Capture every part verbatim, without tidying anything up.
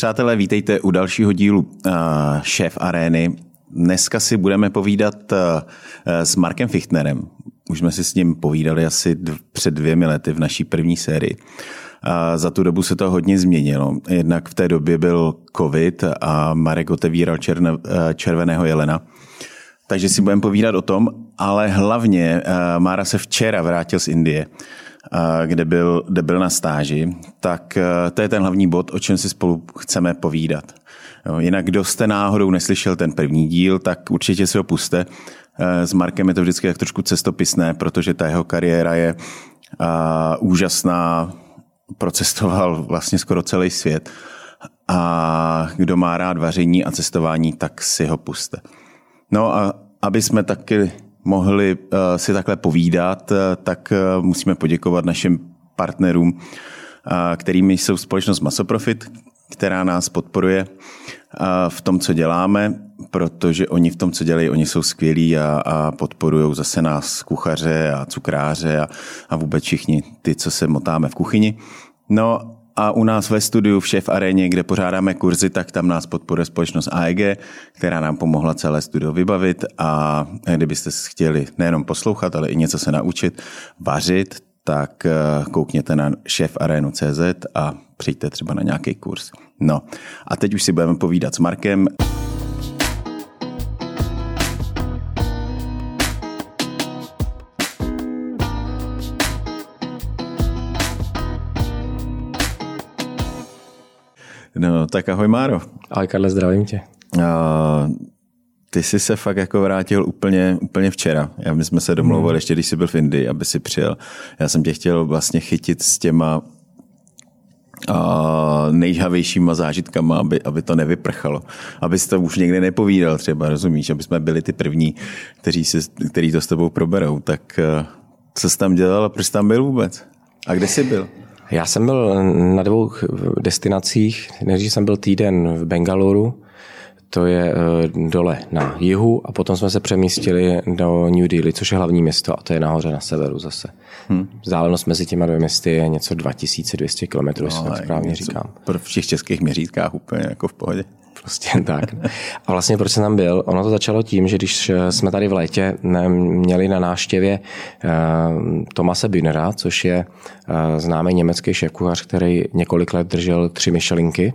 Přátelé, vítejte u dalšího dílu uh, Šéf Arény. Dneska si budeme povídat uh, s Markem Fichtnerem. Už jsme si s ním povídali asi dv- před dvěmi lety v naší první sérii. Uh, za tu dobu se to hodně změnilo. Jednak v té době byl covid a Marek otevíral černe, uh, červeného jelena. Takže si budeme povídat o tom, ale hlavně uh, Mára se včera vrátil z Indie, kde byl, kde byl na stáži, tak to je ten hlavní bod, o čem si spolu chceme povídat. Jo, jinak, kdo jste náhodou neslyšel ten první díl, tak určitě si ho puste. S Markem je to vždycky tak trošku cestopisné, protože ta jeho kariéra je uh, úžasná, procestoval vlastně skoro celý svět. A kdo má rád vaření a cestování, tak si ho puste. No a aby jsme taky mohli uh, si takhle povídat, uh, tak uh, musíme poděkovat našim partnerům, uh, kterými jsou společnost Masoprofit, která nás podporuje uh, v tom, co děláme, protože oni v tom, co dělají, oni jsou skvělí a, a podporují zase nás kuchaře a cukráře a, a vůbec všichni ty, co se motáme v kuchyni. No a u nás ve studiu v Šéf Aréně, kde pořádáme kurzy, tak tam nás podporuje společnost A E G, která nám pomohla celé studio vybavit, a kdybyste chtěli nejenom poslouchat, ale i něco se naučit vařit, tak koukněte na šéf arénu tečka cé zet a přijďte třeba na nějaký kurz. No a teď už si budeme povídat s Markem. No, tak ahoj Máro. Ahoj Karle, zdravím tě. Uh, ty jsi se fakt jako vrátil úplně, úplně včera. Já, my jsme se domlouvali hmm. ještě, když jsi byl v Indii, aby si přijel. Já jsem tě chtěl vlastně chytit s těma uh, nejžhavějšíma zážitkama, aby, aby to nevyprchalo. Abys to už někdy nepovídal třeba, rozumíš? Aby jsme byli ty první, kteří, si, kteří to s tebou proberou. Tak uh, co jsi tam dělal a proč jsi tam byl vůbec? A kde jsi byl? Já jsem byl na dvou destinacích. Nejdřív jsem byl týden v Bengaluru, to je dole na jihu, a potom jsme se přemístili do New Delhi, což je hlavní město, a to je nahoře na severu zase. Hmm. Vzdálenost mezi těma dvě městy je něco dva tisíce dvě stě kilometrů, jestli tak správně říkám. Pro všech českých měřítkách úplně jako v pohodě. Prostě tak. A vlastně proč jsem tam byl? Ono to začalo tím, že když jsme tady v létě měli na návštěvě Thomase Bühnera, což je známý německý šéfkuchař, který několik let držel tři Michelinky.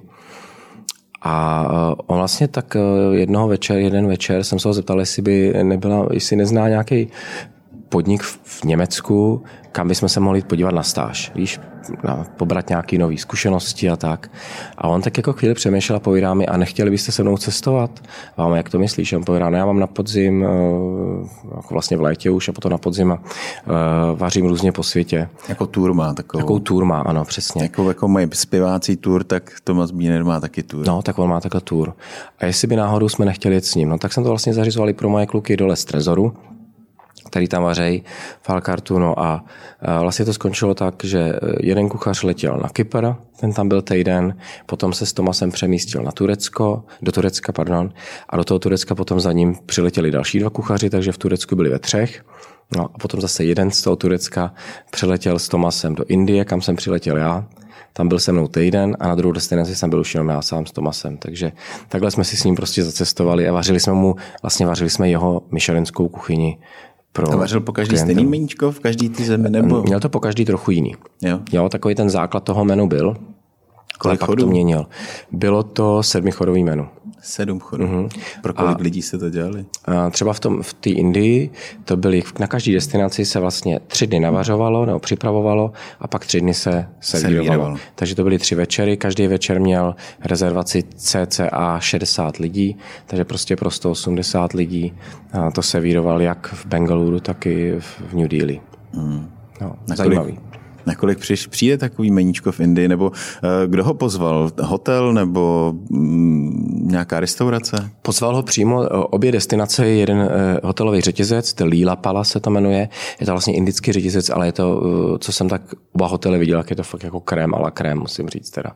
A on vlastně tak jednoho večer, jeden večer jsem se ho zeptal, jestli by nebyla, jestli nezná nějaký podnik v Německu, kam bychom se mohli podívat na stáž, víš, na, pobrat nějaké nové zkušenosti a tak. A on tak jako chvíli přemýšlel a povídá mi, a nechtěli byste se mnou cestovat? A vám, jak to myslíš? A on povídá, no já mám na podzim, jako vlastně v létě už, a potom na podzim a vařím různě po světě. Jako tour má takovou. Jako tour má, ano, přesně. Jako, jako mají zpěvácí tour, tak Thomas Bühner má taky tour. No, tak on má takhle tour. A jestli by náhodou jsme nechtěli jet s ním, no tak jsem to vlastně zařizoval i pro moje kluky dole z Trezoru, který tam vařejí v Alkartu. No a vlastně to skončilo tak, že jeden kuchař letěl na Kypr, ten tam byl týden, potom se s Tomasem přemístil na Turecko, do Turecka, pardon, a do toho Turecka potom za ním přiletěli další dva kuchaři, takže v Turecku byli ve třech. No a potom zase jeden z toho Turecka přiletěl s Tomasem do Indie, kam jsem přiletěl já. Tam byl se mnou týden a na druhou destinaci jsem byl už jenom já sám s Tomasem. Takže takhle jsme si s ním prostě zacestovali a vařili jsme mu, vlastně vařili jsme jeho michelinskou kuchyni. A vařil po každý stejný meníčko v každý ty zemi? Nebo? Měl to po každý trochu jiný. Jo. Jo, takový ten základ toho menu byl. Kolik pak chodů? to měnil. Bylo to sedmichodový menu. Sedm chodů. Mm-hmm. Pro kolik a, lidí jste to dělali? A třeba v tom v té Indii to byly, na každé destinaci se vlastně tři dny navařovalo nebo připravovalo a pak tři dny se servírovalo. Takže to byly tři večery, každý večer měl rezervaci cca šedesát lidí, takže prostě pro sto osmdesát lidí to servíroval jak v Bengaluru, tak i v New Delhi. Mm. No, zajímavý. Nakolik přijde takový meníčko v Indii, nebo uh, kdo ho pozval? Hotel nebo um, nějaká restaurace? Pozval ho přímo obě destinace, jeden uh, hotelový řetězec, to Leela Palace se to jmenuje, je to vlastně indický řetězec, ale je to, uh, co jsem tak oba hotely viděl, jak je to fakt jako krém a la krém, musím říct teda.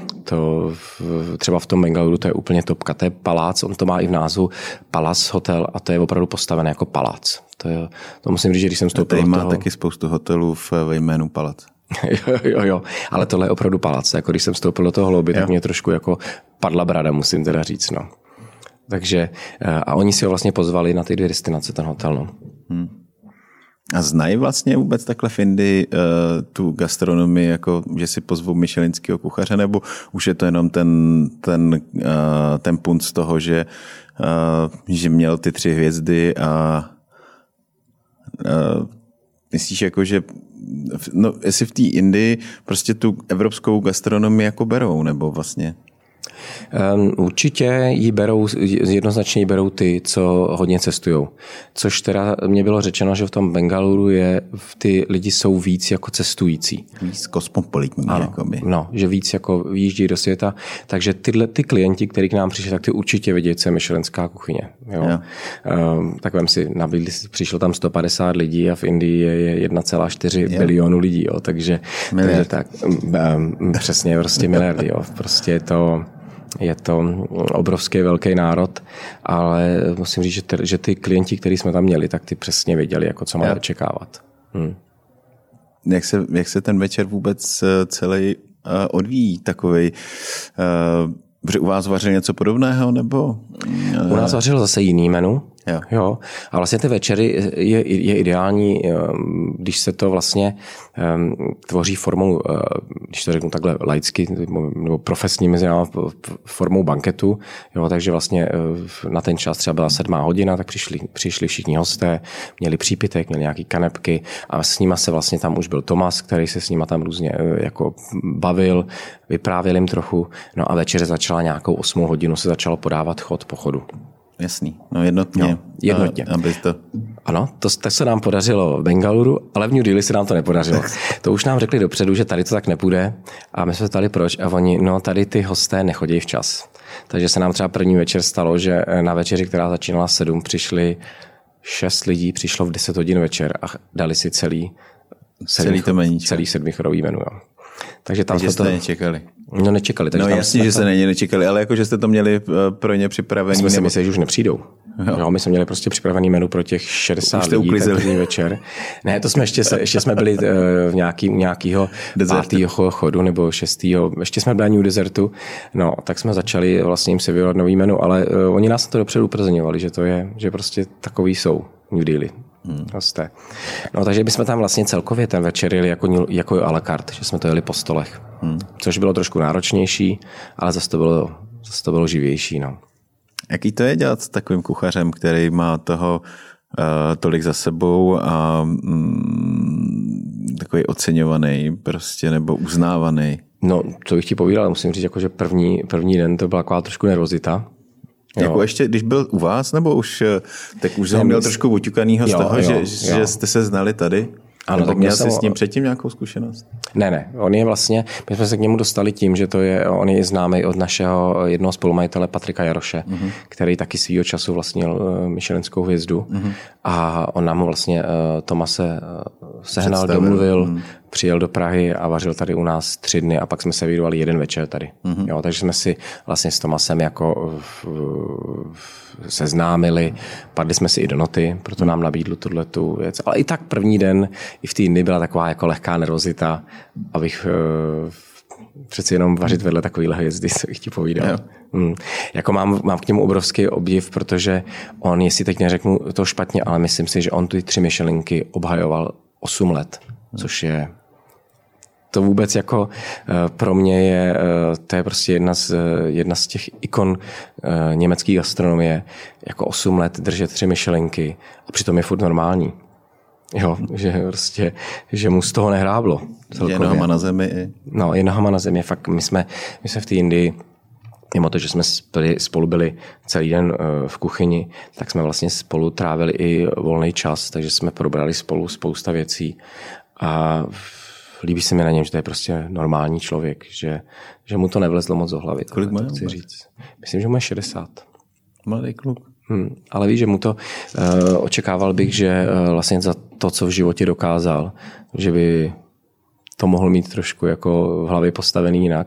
To v, třeba v tom Bengaluru to je úplně topka, to je palác, on to má i v názvu Palace Hotel a to je opravdu postavené jako palác. To, je, to musím říct, že když jsem vstoupil tady do má toho... taky spoustu hotelů v, ve jménu Palac. jo, jo, jo, ale tohle je opravdu palác. Jako když jsem vstoupil do toho hlouby, tak mě trošku jako padla brada, musím teda říct. No. Takže, a oni si ho vlastně pozvali na ty dvě destinace, ten hotel. No. Hmm. A znají vlastně vůbec takhle v Indii uh, tu gastronomii, jako že si pozvou michelinského kuchaře, nebo už je to jenom ten, ten, uh, ten punt z toho, že, uh, že měl ty tři hvězdy a uh, myslíš jako, že no, jestli v té Indii prostě tu evropskou gastronomii jako berou, nebo vlastně? Um, určitě ji berou, jednoznačně ji berou ty, co hodně cestujou. Což teda mě bylo řečeno, že v tom Bengaluru je, ty lidi jsou víc jako cestující. Víc kosmopolitní. Ano, jakoby. no, že víc jako vyjíždí do světa. Takže tyhle ty klienti, kteří k nám přišli, tak ty určitě vědí, co je michelinská kuchyně. Jo? Jo. Um, tak vem si, nabídli, přišlo tam sto padesát lidí a v Indii je jedna celá čtyři bilionu lidí. Jo? Takže, takže tak, um, přesně prostě miliardy. Jo? Prostě je to... Je to obrovský velký národ, ale musím říct, že, ty, že ty klienti, který jsme tam měli, tak ty přesně věděli, jako co mají očekávat. Hmm. Jak se, jak se ten večer vůbec celý uh, odvíjí takovej? Uh, Protože u vás vařil něco podobného, nebo? U nás vařil zase jiný menu. Jo. Jo. A vlastně ty večery je, je ideální, když se to vlastně um, tvoří formou, když to řeknu takhle laicky, nebo profesní mezi námi formou banketu. Jo, takže vlastně na ten čas třeba byla sedmá hodina, tak přišli, přišli všichni hosté, měli přípitek, měli nějaký kanepky a s nima se vlastně tam už byl Tomas, který se s nima tam různě jako bavil, vyprávěl jim trochu. No a večeře začala nějakou osmou hodinu, se začalo podávat chod po chodu. Jasný, no jednotně. No, jednotně. A, aby to... Ano, to, to se nám podařilo v Bengaluru, ale v New Delhi se nám to nepodařilo. To už nám řekli dopředu, že tady to tak nepůjde a my jsme se ptali proč a oni, no tady ty hosté nechodí včas. Takže se nám třeba první večer stalo, že na večeři, která začínala sedm, přišli šest lidí, přišlo v deset hodin večer a dali si celý celý, to celý sedmichorový menu. Jo. Takže tam Takže jsme jste to... nečekali. No nečekali. Takže no jasně, že se na ně nečekali, ale jako, že jste to měli pro ně připravený. My jsme si nebo... mysleli, že už nepřijdou. Jo. Jo, my jsme měli prostě připravený menu pro těch šedesát lidí ten večer. Ne, to jsme ještě, se, ještě jsme byli v nějaký, nějakého pátého chodu nebo šestého. Ještě jsme byli u desertu. No, tak jsme začali vlastně jim se vyvolat nový menu, ale uh, oni nás to dopředu upozorňovali, že to je, že prostě takový jsou New Delhi. Hmm. Hosté. No, takže bychom tam vlastně celkově ten večer jeli jako, jako à la carte, že jsme to jeli po stolech. Hmm. Což bylo trošku náročnější, ale zase to bylo, zase to bylo živější. No. Jaký to je dělat s takovým kuchařem, který má toho uh, tolik za sebou a mm, takový oceňovaný prostě nebo uznávaný? No, co bych ti povídal, musím říct, jako, že první, první den to byla taková trošku nervozita. Jako jo. Ještě, když byl u vás, nebo už, tak už jsem měl trošku oťukanýho z toho, jo, že, jo. že jste se znali tady? Ano, nebo tak měl jsi s ním předtím nějakou zkušenost? Ne, ne. On je vlastně, my jsme se k němu dostali tím, že to je, on je známý od našeho jednoho spolumajitele Patrika Jaroše, uh-huh. který taky svýho času vlastnil michelinskou hvězdu. Uh-huh. A on nám vlastně uh, Tomase uh, sehnal, domluvil, uh-huh. přijel do Prahy a vařil tady u nás tři dny a pak jsme se vydovali jeden večer tady. Uh-huh. Jo, takže jsme si vlastně s Tomasem jako uh, uh, seznámili, padli jsme si i do noty, proto nám nabídl tuhletu věc. Ale i tak první den i v té dny byla taková jako lehká nervozita, abych uh, přeci jenom vařit vedle takovýhle hvězdy, co bych ti povídal. Hmm. Jako mám, mám k němu obrovský obdiv, protože on, jestli teď neřeknu to špatně, ale myslím si, že on ty tři Michelinky obhajoval osm let, což je to vůbec jako pro mě je, to je prostě jedna z, jedna z těch ikon německé gastronomie, jako osm let držet tři Michelinky a přitom je furt normální. Jo, že prostě, že mu z toho nehráblo. Je nohama na zemi. No, je nohama na zemi. Fakt, my jsme, my jsme v té Indii, mimo to, že jsme spolu byli celý den v kuchyni, tak jsme vlastně spolu trávili i volný čas, takže jsme probrali spolu spousta věcí a líbí se mi na něm, že to je prostě normální člověk, že, že mu to nevlezlo moc do hlavy. Kolik má? Chci říct. Myslím, že mu je šedesát. Mladý kluk. Hmm, ale víš, že mu to uh, očekával bych, že uh, vlastně za to, co v životě dokázal, že by to mohl mít trošku jako v hlavě postavený jinak.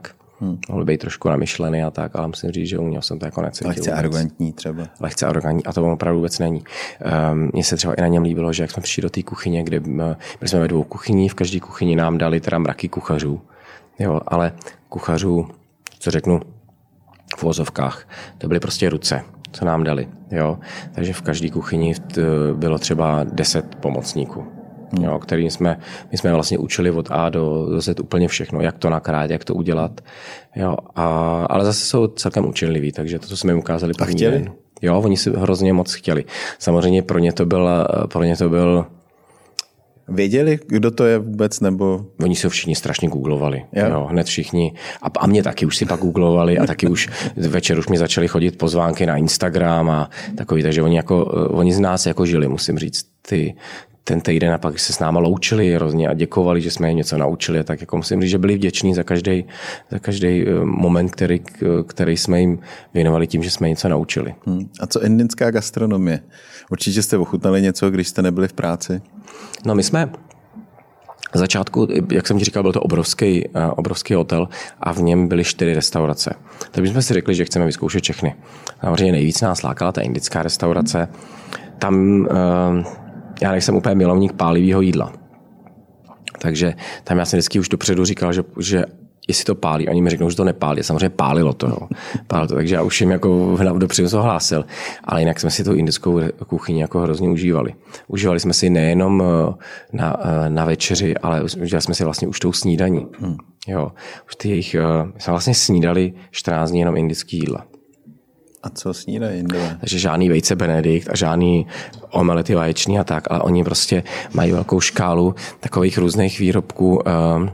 Hmm. Mohl být trošku namyšlený a tak, ale musím říct, že u něho jsem to jako necítil. Lehce vůbec. Arrogantní třeba. Lehce arrogantní a to opravdu vůbec není. Um, mně se třeba i na něm líbilo, že jak jsme přišli do té kuchyně, kde byli jsme ve dvou kuchyní, v každé kuchyni nám dali teda mraky kuchařů, jo, ale kuchařů, co řeknu, v uvozovkách, to byly prostě ruce, co nám dali, jo. Takže v každé kuchyni bylo třeba deset pomocníků. Hmm. Jo, který jsme, my jsme vlastně učili od A do Z úplně všechno, jak to nakrát, jak to udělat. Jo, a, ale zase jsou celkem učenliví, takže to, co jsme jim ukázali první den. Jo, oni si hrozně moc chtěli. Samozřejmě pro ně to byl, pro ně to byl Věděli, kdo to je vůbec, nebo? Oni se všichni strašně googlovali. Jo. Jo, hned všichni. A, a mě taky už si pak googlovali a taky už večer už mi začaly chodit pozvánky na Instagram a takový, takže oni, jako, oni z nás jako žili, musím říct. Ty, ten týden a pak se s náma loučili hrozně a děkovali, že jsme je něco naučili. Tak jako musím říct, že byli vděční za každý, za každý moment, který, který jsme jim věnovali tím, že jsme něco naučili. Hmm. A co indická gastronomie? Určitě jste ochutnali něco, když jste nebyli v práci? No my jsme v začátku, jak jsem ti říkal, byl to obrovský, obrovský hotel a v něm byly čtyři restaurace. Takže jsme si řekli, že chceme vyzkoušet všechny. Samozřejmě nejvíc nás lákala ta indická restaurace. Tam já nejsem úplně milovník pálivého jídla. Takže tam já jsem vždycky už dopředu říkal, že, že jestli to pálí, oni mi řeknou, že to nepálí. Samozřejmě pálilo to. Jo. Pálilo to, takže já už jim jako dopředu to hlásil. Ale jinak jsme si tu indickou kuchyni jako hrozně užívali. Užívali jsme si nejenom na, na večeři, ale užívali jsme si vlastně už tou snídaní. Hmm. Jo. Už ty jejich, my jsme vlastně snídali čtrnáct dní jenom indický jídla. A co snídají Indové? Takže žádný vejce Benedikt a žádný omelety vaječný a tak, ale oni prostě mají velkou škálu takových různých výrobků uh,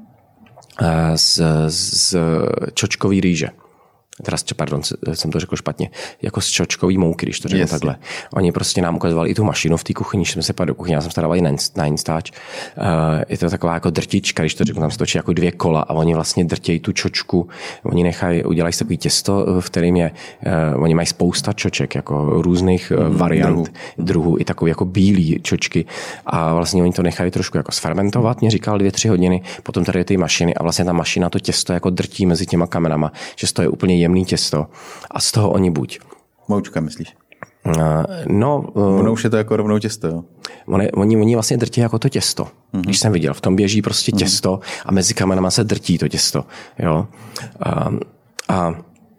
z, z čočkový rýže. Teda, pardon, jsem to řekl špatně, jako z čočkový mouky, když to řeknu yes. takhle. Oni prostě nám ukazovali i tu mašinu v té kuchyni, když jsme se padli do kuchyně, já jsem se dával i na Instač. Uh, je to taková jako drtička, když to řeknu, tam se točí jako dvě kola a oni vlastně drtějí tu čočku. Oni nechají, udělají takový těsto, v kterém je, uh, oni mají spousta čoček, jako různých uh, variant, druhů. druhů, i takový jako bílý čočky. A vlastně oni to nechají trošku jako sfermentovat, mě říkal dvě, tři hodiny, potom tady je ty mašiny a vlastně ta mašina to těsto jako drtí mezi těma kamenama, že to je úplně jemný těsto a z toho oni buď. Moučka, myslíš? Uh, no. Ono už je to jako rovnou těsto, jo? Oni, oni, oni vlastně drtí jako to těsto. Mm-hmm. Když jsem viděl, v tom běží prostě těsto mm-hmm. a mezi kamenama se drtí to těsto. Jo? Uh, a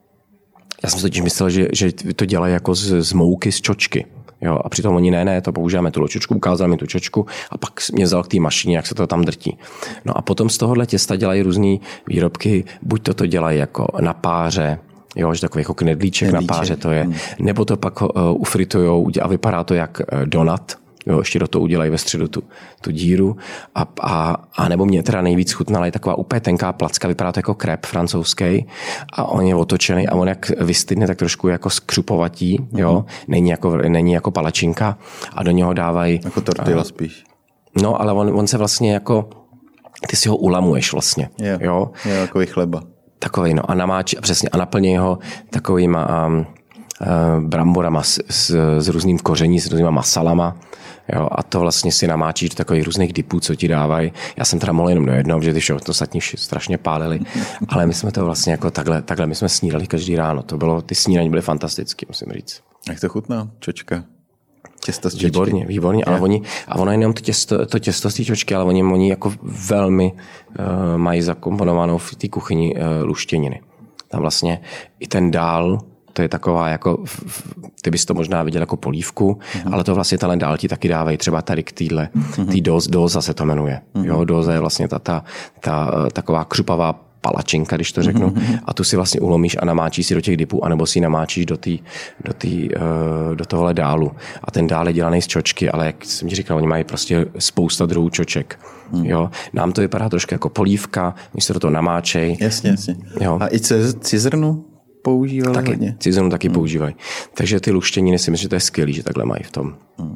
já jsem si totiž myslel, že, že to dělají jako z, z mouky, z čočky. Jo, a přitom oni ne, ne, to používáme tu čočku, ukázal mi tu čočku a pak mě vzal k té mašině, jak se to tam drtí. No a potom z tohohle těsta dělají různý výrobky, buď to to dělají jako na páře, jo, že takový jako knedlíček, knedlíček na páře to je, hmm. nebo to pak uh, ufritujou a vypadá to jak donut, jo, ještě do toho udělají ve středu tu, tu díru a, a, a nebo mě teda nejvíc chutnala je taková úplně tenká placka, vypadá to jako krep francouzský a on je otočený a on jak vystydne, tak trošku jako skřupovatí, mm-hmm. jo, není jako, není jako palačinka a do něho dávají... Jako tortilla spíš. No, ale on, on se vlastně jako, ty si ho ulamuješ vlastně, je, jo. Je takový chleba. Takový, no, a namáč, přesně, a naplní ho takovýma um, uh, bramborama s, s, s různým koření, s různýma masalama. Jo, a to vlastně si namáčíš do takových různých dipů, co ti dávají. Já jsem teda mohl jenom do jednoho, protože ty všechno ostatní strašně pálili, ale my jsme to vlastně jako takhle, takhle my jsme snídali každý ráno. To bylo, ty snídaní byly fantastické, musím říct. Jak to chutná? Čočka? Těsto z čočky? Výborně, výborně, ale oni, a ono jenom to těsto, to těsto z té čočky, ale oni, oni jako velmi uh, mají zakomponovanou v té kuchyni uh, luštěniny. Tam vlastně i ten dál, to je taková jako, ty bys to možná viděl jako polívku, mm-hmm. ale to vlastně tenhle dál ti taky dávají třeba tady k týhle, mm-hmm. tý doz, doza se to jmenuje. Mm-hmm. Jo, doza je vlastně ta, ta, ta taková křupavá palačinka, když to řeknu, mm-hmm. a tu si vlastně ulomíš a namáčíš si do těch dipů, anebo si namáčíš do, tý, do, tý, do tohohle dálu. A ten dál je dělaný z čočky, ale jak jsem ti říkal, oni mají prostě spousta druhů čoček. Mm. Jo. Nám to vypadá trošku jako polívka, místo do toho namáčej. Jasně, jasně. Jo. A i cizrnu používali taky, hodně? Cizrnu taky mm. používají. Takže ty luštěniny si myslím, že to je skvělý, že takhle mají v tom. Mm.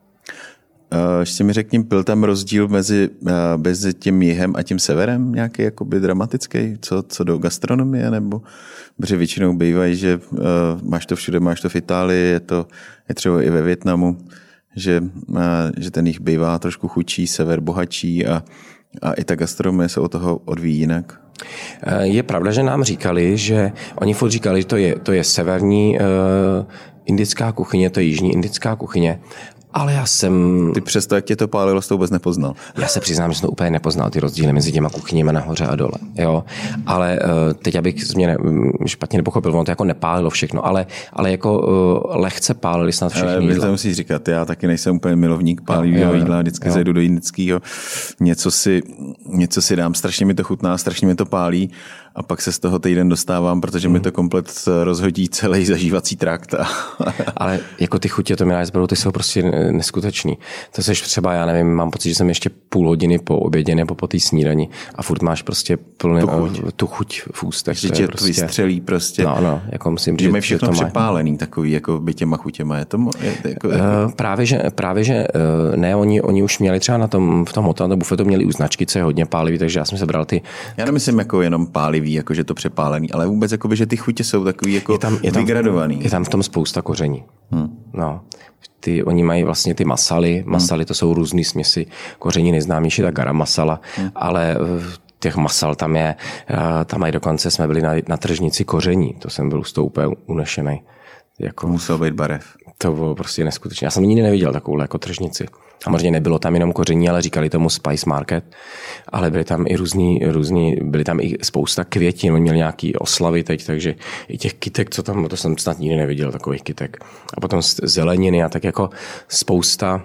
Ještě mi řekni, byl tam rozdíl mezi, mezi tím jihem a tím severem nějaký jakoby dramatický, co, co do gastronomie, nebo protože většinou bývají, že uh, máš to všude, máš to v Itálii, je to je třeba i ve Vietnamu, že, uh, že ten jich bývá trošku chudší, sever bohatší a, A i ta gastronomie se od toho odvíjí jinak? Je pravda, že nám říkali, že oni furt říkali, že to je, to je severní uh, indická kuchyně, to je jižní indická kuchyně. Ale já jsem... Ty přesto, jak tě to pálilo, jsi to vůbec nepoznal. Já se přiznám, že jsem to úplně nepoznal, ty rozdíly mezi těma kuchyněmi nahoře a dole. Jo? Ale uh, teď, abych mě ne, špatně nepochopil, ono to jako nepálilo všechno, ale, ale jako uh, lehce pálili snad všechny ale jídla. To musíš říkat, já taky nejsem úplně milovník pálivého jídla, vždycky zajdu do indického, něco si, něco si dám, strašně mi to chutná, strašně mi to pálí a pak se z toho týden dostávám, protože hmm. mi to komplet rozhodí celý zažívací trakt. Ale jako ty chutě to Icebergu, ty jsou prostě neskutečný. To seš třeba, já nevím, mám pocit, že jsem ještě půl hodiny po obědě nebo po té snídani a furt máš prostě plný, tu chuť, tu chuť v ústech. Že tě prostě, vystřelí prostě. No, no, jako musím říct, že mají všechno to přepálený, má... takový jako by těma chutěma. Je to, je, jako, jako... Uh, právě, že, právě, že uh, ne, oni, oni už měli třeba na tom, v tom hotelu, na bufetu měli už značky, co je hodně pálivý, takže já jsem se bral ty... Já nemyslím jako jenom pálivý, jako že to přepálený, ale vůbec jako by, že ty chutě jsou takový jako je tam, je tam, vygradovaný. Je tam v tom spousta koření. Hmm. No. Ty, oni mají vlastně ty masaly. Masaly to jsou různý směsi koření, nejznámější ta garam masala, hmm. ale těch masal tam je, tam mají dokonce, jsme byli na, na tržnici koření, to jsem byl z toho úplně unešený. Jako, musel být barev. To bylo prostě neskutečné. Já jsem nikdy neviděl takovou jako tržnici. A možná nebylo tam jenom koření, ale říkali tomu Spice Market, ale byly tam i různý, různý byly tam i spousta květin, oni měli nějaký oslavy teď, takže i těch kytek, co tam, to jsem snad nikdy neviděl, takových kytek. A potom zeleniny a tak jako spousta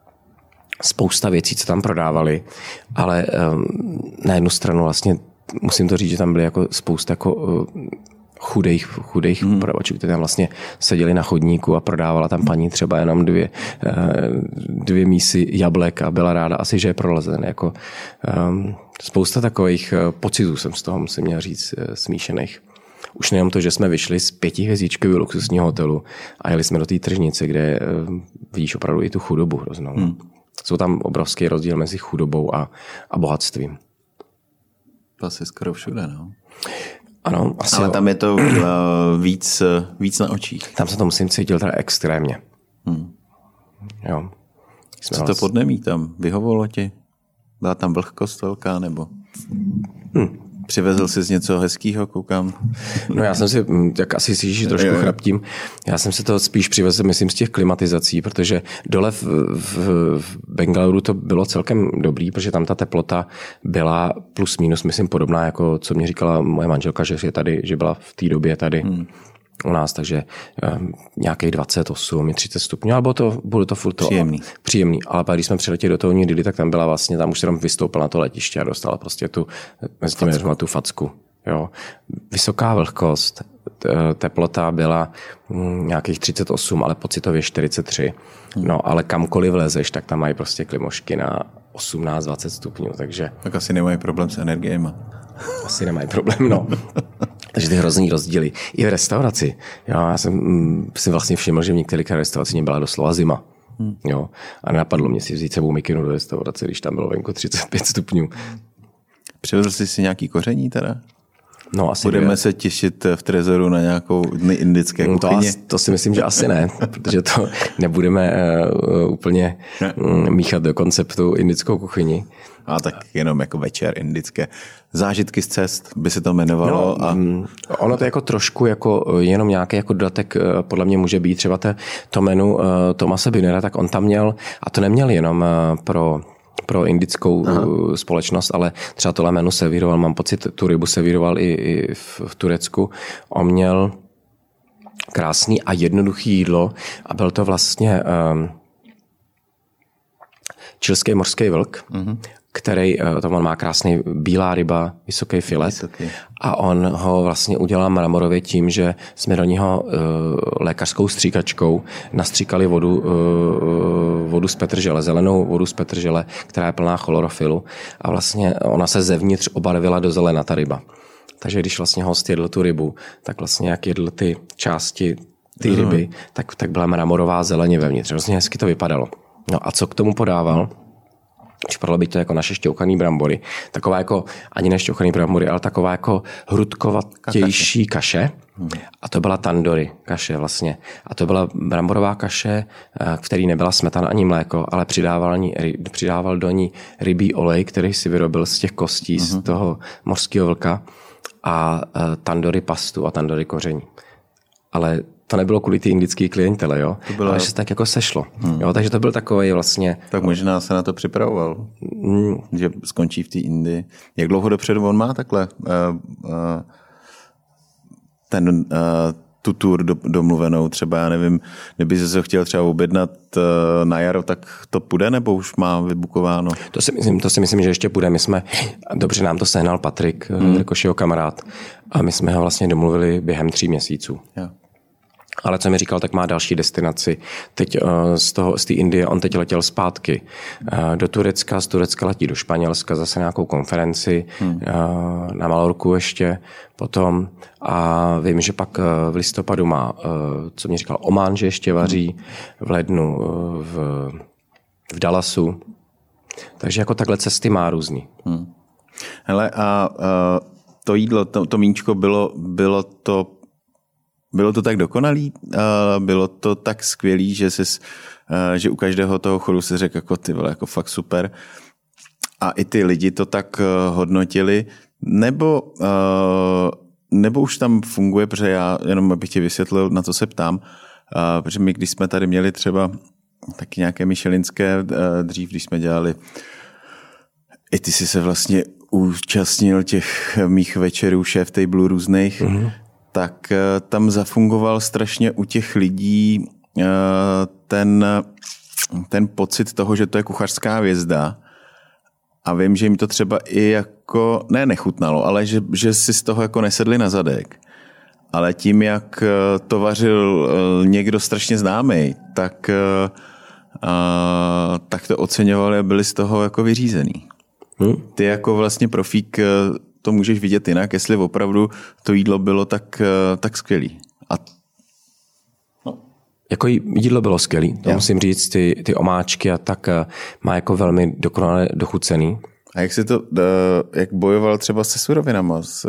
spousta věcí, co tam prodávali, ale um, na jednu stranu vlastně musím to říct, že tam byly jako spousta jako uh, chudých, chudých hmm. prodavačů, kteří tam vlastně seděli na chodníku a prodávala tam paní třeba jenom dvě, dvě mísy jablek a byla ráda asi, že je prolazen. Jako, um, spousta takových pocitů jsem z toho, musím měl říct, smíšených. Už nejenom to, že jsme vyšli z pětihvězdičkového luxusního hotelu a jeli jsme do té tržnice, kde um, vidíš opravdu i tu chudobu hroznou. Hmm. Jsou tam obrovský rozdíl mezi chudobou a, a bohatstvím. To asi skoro všude, no. Ano, asi ale jo. Tam je to uh, víc, víc na očích. Tam se to musím cítit teda extrémně. Hmm. Jo. Jsme Co to vás... podnemí tam? Vyhovovalo ti? Byla tam vlhkost velká, nebo? Hmm. Přivezl jsi z něco hezkýho, koukám. No já jsem si, jak asi slyšíš trošku je, je. chraptím, já jsem si to spíš přivezl, myslím, z těch klimatizací, protože dole v, v, v Bengaluru to bylo celkem dobrý, protože tam ta teplota byla plus minus, myslím, podobná, jako co mě říkala moje manželka, že je tady, že byla v té době tady hmm. u nás, takže um, nějakých dvacet osm, třicet stupňů, ale bylo to, bylo to furt to příjemný. příjemný. Ale pak, když jsme přiletěli do toho New Delhi, tak tam byla vlastně, tam už se tam vystoupila na to letiště a dostala prostě tu, mezi těmi facku. tu facku. Jo. Vysoká vlhkost, teplota byla nějakých třicet osm, ale pocitově čtyřicet tři. Hmm. No, ale kamkoliv lezeš, tak tam mají prostě klimošky na osmnáct dvacet stupňů, takže... Tak asi nemají problém s energiemi. Asi nemají problém, no. Takže ty hrozný rozdíly. I v restauraci. Jo, já jsem mm, si vlastně všiml, že v některých restauracích byla doslova zima. Hmm. Jo, a nenapadlo mě si vzít sebou mikinu do restaurace, když tam bylo venku třicet pět stupňů. Přivezl jsi si nějaký koření teda? No, asi Budeme dvě. se těšit v Trezoru na nějakou dny indické kuchyně? To, to si myslím, že asi ne, protože to nebudeme uh, úplně um, míchat do konceptu indickou kuchyni. A tak jenom jako večer indické. Zážitky z cest by se to jmenovalo. No, a... Ono to jako trošku jako jenom nějaký jako dodatek podle mě může být třeba te, to menu uh, Thomase Bühnera, tak on tam měl, a to neměl jenom uh, pro pro indickou Aha. společnost, ale třeba tohle menu servíroval, mám pocit, tu rybu servíroval i, i v, v Turecku. On měl krásný a jednoduchý jídlo a byl to vlastně um, čilský mořský vlk, mm-hmm. který, tam on má krásný bílá ryba, vysoký filet vysoký. A on ho vlastně udělal mramorově tím, že jsme do něho uh, lékařskou stříkačkou nastříkali vodu, uh, vodu z petržele, zelenou vodu z petržele, která je plná chlorofilu a vlastně ona se zevnitř obarvila do zelena, ta ryba. Takže když vlastně host jedl tu rybu, tak vlastně jak jedl ty části ty ryby, tak, tak byla mramorová zeleně vevnitř. Vlastně hezky to vypadalo. No a co k tomu podával? Připadalo by to jako naše šťouchaný brambory. Taková jako, ani ne šťouchaný brambory, ale taková jako hrudkovatější kaše. Hmm. A to byla tandoori kaše vlastně. A to byla bramborová kaše, v který nebyla smetana ani mléko, ale přidával, ní, přidával do ní rybí olej, který si vyrobil z těch kostí, hmm. z toho mořského vlka a tandoori pastu a tandoori koření. Ale to nebylo kvůli ty indické klientele, jo? To bylo... ale se tak jako sešlo. Hmm. Jo? Takže to byl takový vlastně... Tak možná se na to připravoval, hmm. že skončí v té Indii. Jak dlouho dopředu on má takhle uh, uh, ten, uh, tu tour do, domluvenou? Třeba, já nevím, kdyby se chtěl třeba objednat uh, na jaro, tak to půjde, nebo už má vybukováno? To si myslím, to si myslím že ještě půjde. My jsme, dobře nám to sehnal Patrik, hmm. Rikošiho kamarád, a my jsme ho vlastně domluvili během tří měsíců. Ja. Ale co mi říkal, tak má další destinaci. Teď z toho, z té Indie on teď letěl zpátky do Turecka, z Turecka letí do Španělska, zase nějakou konferenci, hmm. na Malorku ještě potom. A vím, že pak v listopadu má, co mi říkal, Oman, že ještě vaří, v lednu v, v Dallasu. Takže jako takhle cesty má různý. Hmm. Hele, a, a to jídlo, to, to míčko bylo, bylo to Bylo to tak dokonalý, bylo to tak skvělý, že, jsi, že u každého toho chodu si řekl, jako ty vole, jako fakt super. A i ty lidi to tak hodnotili, nebo, nebo už tam funguje, protože já jenom abych tě vysvětlil, na co se ptám, protože my, když jsme tady měli třeba taky nějaké michelinské dřív, když jsme dělali, i ty jsi se vlastně účastnil těch mých večerů, šéf table různých, mm-hmm. tak tam zafungoval strašně u těch lidí ten, ten pocit toho, že to je kuchařská hvězda. A vím, že jim to třeba i jako, ne nechutnalo, ale že, že si z toho jako nesedli na zadek. Ale tím, jak to vařil někdo strašně známý, tak, tak to oceňovali a byli z toho jako vyřízený. Hmm. Ty jako vlastně profík to můžeš vidět jinak, jestli opravdu to jídlo bylo tak, tak skvělý. A... No. Jako jídlo bylo skvělý, to já. musím říct, ty, ty omáčky a tak má jako velmi dokonale dochucený. A jak se to, jak bojoval třeba se surovinama, s,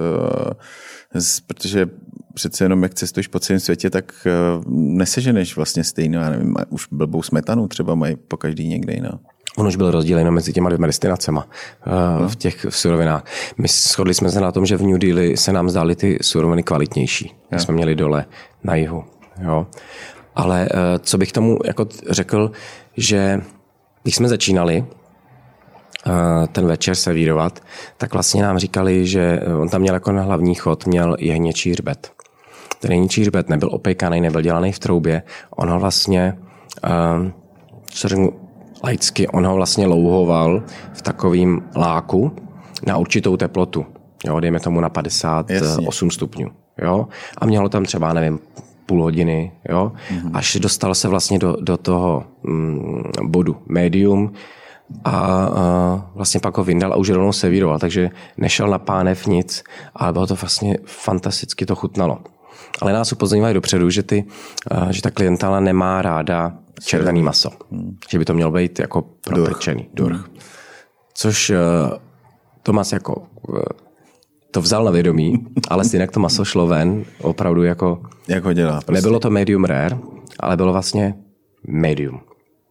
s, protože přece jenom jak cestuješ po celém světě, tak neseženeš vlastně stejnou, já nevím, už blbou smetanu třeba mají po každý někde jiná. On už byl rozdělen mezi těma dvěma destinacema uh, v těch surovinách. My shodli jsme se na tom, že v New Delhi se nám zdály ty suroviny kvalitnější, jak jsme měli dole na jihu. Jo. Ale uh, co bych tomu jako řekl, že když jsme začínali uh, ten večer servírovat, tak vlastně nám říkali, že on tam měl jako na hlavní chod, měl jehněčí hřbet. Ten jehněčí hřbet nebyl opékaný, nebyl dělaný v troubě. On ho vlastně, uh, co řeknu, laicky, on ho vlastně louhoval v takovým láku na určitou teplotu. Jo, dejme tomu na padesát osm Jasně. stupňů. Jo? A mělo tam třeba, nevím, půl hodiny, jo? Mm-hmm. Až dostal se vlastně do, do toho mm, bodu medium a, a vlastně pak ho vyndal a už rovnou servíroval. Takže nešel na pánev nic, ale bylo to vlastně fantasticky, to chutnalo. Ale nás upozorňovali dopředu, že, ty, že ta klientela nemá ráda červený maso. Hmm. Že by to mělo být jako propečený. Durch. Hmm. Což Tomas jako to vzal na vědomí, ale stejně to maso šlo ven opravdu jako... Jak ho dělá? Prostě. Nebylo to medium rare, ale bylo vlastně medium.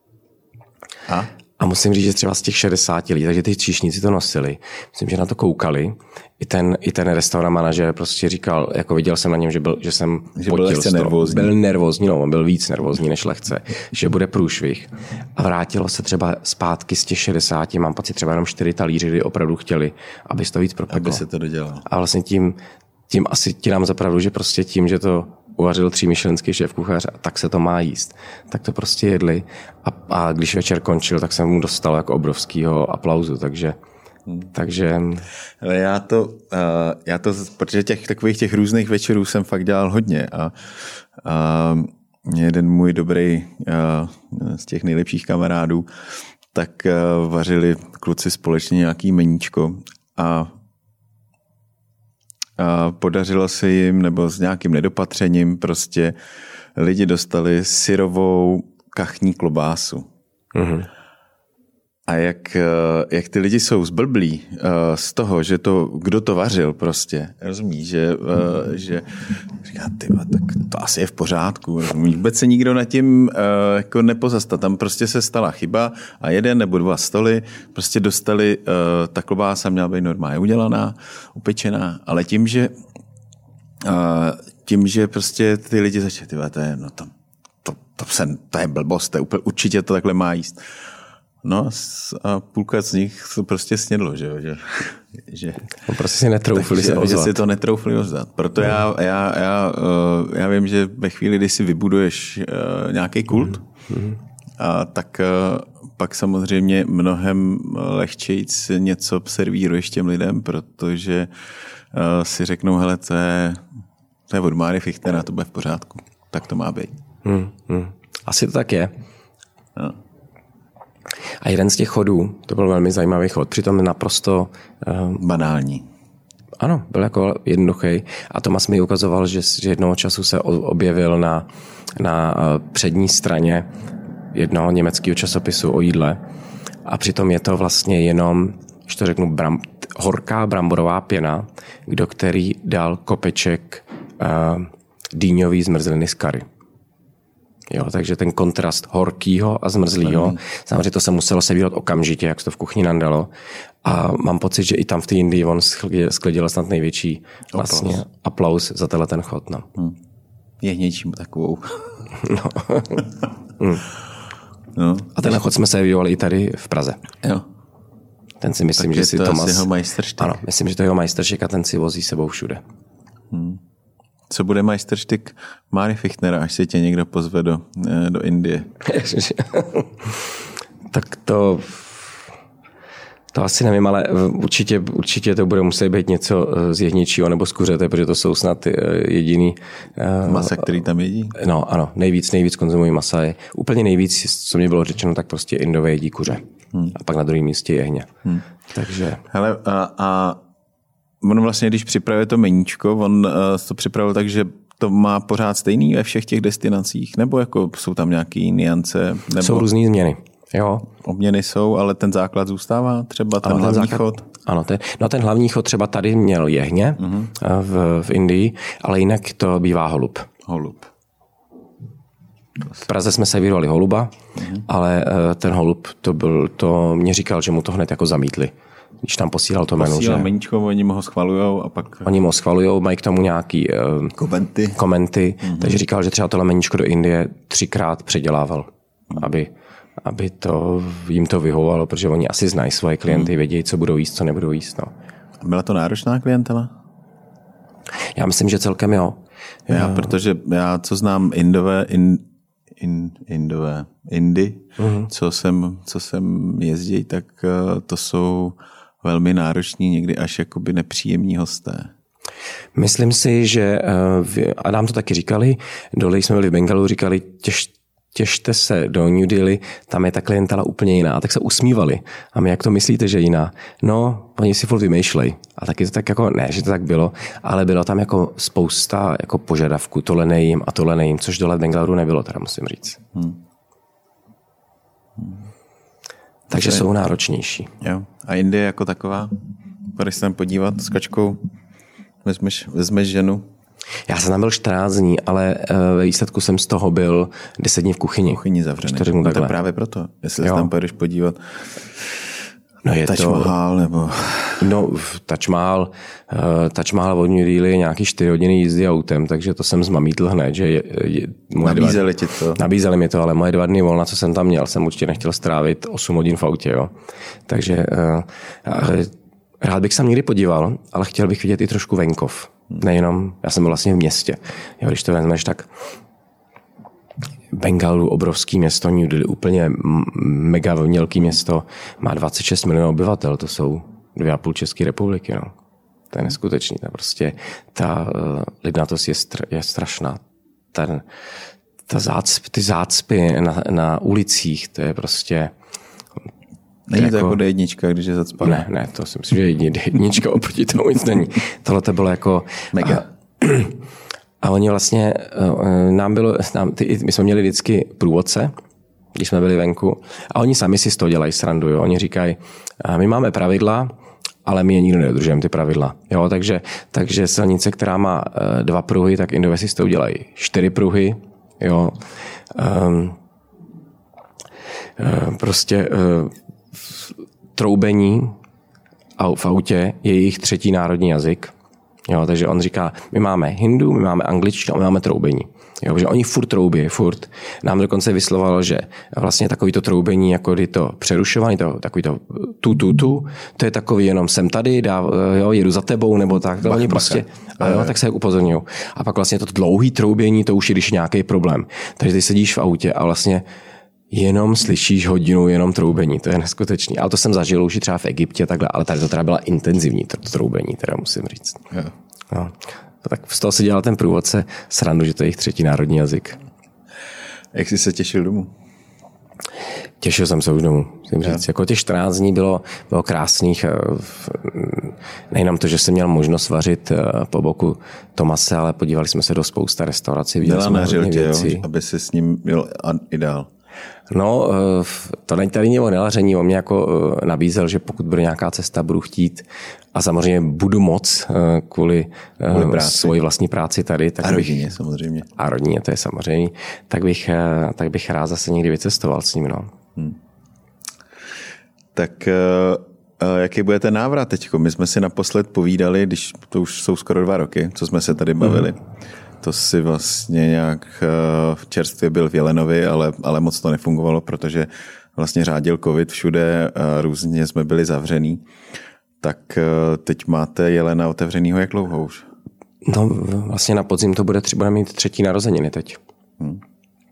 A? A musím říct, že třeba z těch šedesáti lidí, takže ty číšníci to nosili. Myslím, že na to koukali. I ten, i ten restaurant manažer prostě říkal, jako viděl jsem na něm, že, byl, že jsem že potil byl nervózní. Byl nervózní, no, on byl víc nervózní než lehce, že bude průšvih. A vrátilo se třeba zpátky z těch šedesáti, mám pocit třeba jenom čtyři talíři, kdy opravdu chtěli, aby to víc propeklo. Aby se to dodělalo. A vlastně tím, tím asi ti dám zapravdu, že prostě tím, že to uvařil tří michelinský šéfkuchař a tak se to má jíst. Tak to prostě jedli a, a když večer končil, tak jsem mu dostal jako obrovskýho aplauzu, takže hmm. takže... Ale já to, uh, já to, protože těch takových těch různých večerů jsem fakt dělal hodně a, a jeden můj dobrý uh, z těch nejlepších kamarádů, tak uh, vařili kluci společně nějaký meníčko a A podařilo se jim, nebo s nějakým nedopatřením, prostě lidi dostali syrovou kachní klobásu. Mm-hmm. A jak, jak ty lidi jsou zblblí z toho, že to, kdo to vařil prostě, rozumíš, že, že říká, ty, tak to asi je v pořádku, rozumíš, vůbec se nikdo nad tím jako nepozastal, tam prostě se stala chyba a jeden nebo dva stoly prostě dostali, ta klobása měla být normálně udělaná, upečená, ale tím, že tím, že prostě ty lidi začali, ty, to je, no to, to, to, jsem, to je blbost, to je úplně, určitě to takhle má jíst. No a půlka z nich to prostě snědlo, že jo. Že, že, no prostě si netroufli se ozvat. Že si to netroufli ozvat. Proto no. já, já, já, já vím, že ve chvíli, kdy si vybuduješ nějaký kult, mm. a tak pak samozřejmě mnohem lehčejc něco servíruješ těm lidem, protože si řeknou, hele, to je, to je od Máry Fichtnera, to bude v pořádku. Tak to má být. Mm. Mm. Asi to tak je. No. A jeden z těch chodů, to byl velmi zajímavý chod, přitom naprosto... Uh, banální. Ano, byl jako jednoduchý. A Tomas mi ukazoval, že, že jednoho času se objevil na, na přední straně jednoho německého časopisu o jídle. A přitom je to vlastně jenom, když to řeknu, bram, horká bramborová pěna, do který dal kopeček uh, dýňový zmrzliny z curry. Jo, takže ten kontrast horkýho a zmrzlýho, samozřejmě to se muselo servírovat okamžitě, jak se to v kuchyni nandalo. A mám pocit, že i tam v té Indii on sklidil snad největší vlastně aplaus, aplaus za tenhle ten chod. No. Hmm. Je něčím takovou. No. hmm. no. A ten chod jsme servírovali i tady v Praze. Jo. Ten si myslím, tak že si to Tomas... jeho majstrštyk. Ano, myslím, že to je jeho majstrštyk a ten si vozí sebou všude. Hmm. Co bude majstrštyk Máry Fichtnera, až se tě někdo pozve do, do Indie? Tak to, to asi nevím, ale určitě, určitě to bude muset být něco z jehničího nebo z kuřete, protože to jsou snad jediný... Masa, který tam jedí? No ano, nejvíc, nejvíc konzumují masa je. Úplně nejvíc, co mi bylo řečeno, tak prostě Indové jedí kuře. Hmm. A pak na druhém místě jehně. Hmm. Takže... Hele, a... a... On vlastně, když připravuje to meníčko, on uh, to připravil tak, že to má pořád stejný ve všech těch destinacích, nebo jako jsou tam nějaké niance? Nebo... Jsou různý změny, jo. Obměny jsou, ale ten základ zůstává, třeba ten ano, hlavní ten základ, chod? Ano, ten, no ten hlavní chod třeba tady měl jehně uh-huh. v, v Indii, ale jinak to bývá holub. Holub. V Praze jsme servírovali holuba, uh-huh. ale uh, ten holub, to byl, to mě říkal, že mu to hned jako zamítli. Když tam posílal to menu, že... meníčko, oni mu ho schvalujou a pak... Oni mu ho schvalujou, mají k tomu nějaký uh, komenty, komenty mm-hmm. takže říkal, že třeba tohle meníčko do Indie třikrát předělával, mm. aby, aby to, jim to vyhovovalo, protože oni asi znají svoje klienty, mm. vědí, co budou jíst, co nebudou jíst. No. Byla to náročná klientela? Já myslím, že celkem jo. Já, já... protože já, co znám Indové, in, in, Indové, Indy, mm-hmm. co jsem, co jsem jezdí, tak uh, to jsou velmi nároční, někdy až jakoby nepříjemní hosté. Myslím si, že, a nám to taky říkali, dole jsme byli v Bengalu, říkali, těž, těšte se do New Delhi, tam je ta klientela úplně jiná. A tak se usmívali. A my jak to myslíte, že jiná? No, oni si furt vymýšlej. A taky to tak jako, ne, že to tak bylo, ale bylo tam jako spousta jako požadavků, tohle nejím a tohle nejím, což dole v Bengalu nebylo, teda musím říct. Hmm. Takže jsou náročnější. Jo. A Indie jako taková? Půjdeš se tam podívat s kačkou? Vezmeš, vezmeš ženu? Já jsem tam byl čtrnáct dní, ale ve výsledku jsem z toho byl deset dní v kuchyni. V kuchyni zavřený. No to právě proto. Jestli se tam půjdeš podívat. No je Taj to... Mahal, nebo... No, Taj Mahal, uh, Taj Mahal od New Delhi je nějaký čtyři hodiny jízdy autem, takže to jsem zmamítl hned, že je, je, nabízeli dva, ti to. Nabízeli mi to, ale moje dva dny volna, co jsem tam měl, jsem určitě nechtěl strávit osm hodin v autě, jo. Takže uh, rád bych se někdy podíval, ale chtěl bych vidět i trošku venkov. Nejenom, já jsem byl vlastně v městě. Jo, když to vezmeš, tak Bengalu, obrovský město, New Delhi, úplně mega velký město, má dvacet šest milionů obyvatel, to jsou dvě a půl České republiky. No. To je neskutečný. To prostě ta uh, lidnatost je, str- je strašná. Ten, ta zácp, ty zácpy na, na ulicích, to je prostě... Není to jako, jako jednička, když je zacpané? Ne, ne, to si myslím, že jednička oproti tomu nic není. Tohle to bylo jako... Mega. A, a oni vlastně, nám bylo, nám, ty, my jsme měli vždycky průvodce, když jsme byli venku. A oni sami si z toho dělají srandu. Jo. Oni říkají, my máme pravidla, ale my je nikdo nedodržujeme, ty pravidla. Jo, takže, takže silnice, která má dva pruhy, tak Indové si z toho dělají čtyři pruhy. Jo. Um, prostě uh, troubení v autě je jejich třetí národní jazyk. Jo, takže on říká, my máme hindu, my máme angličtinu a my máme troubení. Jo, že oni furt troubí, furt. Nám dokonce vyslovalo, že vlastně takový to troubení, jako kdy to přerušovaný, to, takový to tu, tu, tu, to je takový jenom jsem tady, dá, jo, jedu za tebou, nebo tak. Bach, oni prostě, a jo, tak se upozorňují. A pak vlastně to dlouhý troubění, to už je, když nějaký problém. Takže ty sedíš v autě a vlastně jenom slyšíš hodinu jenom troubení, to je neskutečný. Ale to jsem zažil už i třeba v Egyptě, takhle, ale tady to teda byla intenzivní to troubení, teda musím říct. Yeah. No. Tak z toho si dělal ten průvodce srandu, že to je jejich třetí národní jazyk. Jak jsi se těšil domů? Těšil jsem se už domů, musím říct. Jako těch čtrnáct dní bylo, bylo krásných. Nejenom to, že jsem měl možnost vařit po boku Tomase, ale podívali jsme se do spousta restaurací. Viděli jsme hodně věcí. Jo, aby si s ním byl ideál. No, to není tady o nelaření. On mě jako nabízel, že pokud bude nějaká cesta, budu chtít a samozřejmě budu moc kvůli, kvůli svoji vlastní práci tady. Tak a rodině bych, samozřejmě. A rodině, to je samozřejmě. Tak bych, tak bych rád zase někdy vycestoval s ním. No. Hmm. Tak jaký bude ten návrat teďko? My jsme si naposled povídali, když to už jsou skoro dva roky, co jsme se tady bavili. Hmm. To si vlastně nějak čerstvě byl v Jelenovi, ale, ale moc to nefungovalo, protože vlastně řádil covid všude, různě jsme byli zavřený. Tak teď máte Jelena otevřenýho jak dlouho už? No vlastně na podzim to bude, budeme mít třetí narozeniny teď. Hmm.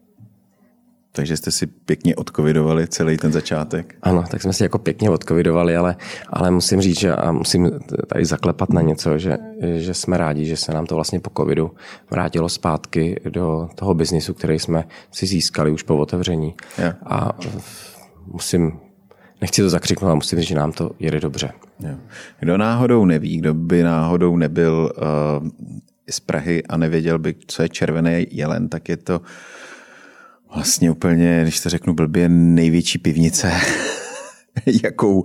Takže jste si pěkně odcovidovali celý ten začátek? Ano, tak jsme si jako pěkně odcovidovali, ale, ale musím říct, že a musím tady zaklepat na něco, že, že jsme rádi, že se nám to vlastně po covidu vrátilo zpátky do toho biznisu, který jsme si získali už po otevření. Yeah. A musím, nechci to zakřiknout, ale musím říct, že nám to jede dobře. Yeah. Kdo náhodou neví, kdo by náhodou nebyl uh, z Prahy a nevěděl by, co je červený jelen, tak je to vlastně úplně, když to řeknu blbě, největší pivnice, jakou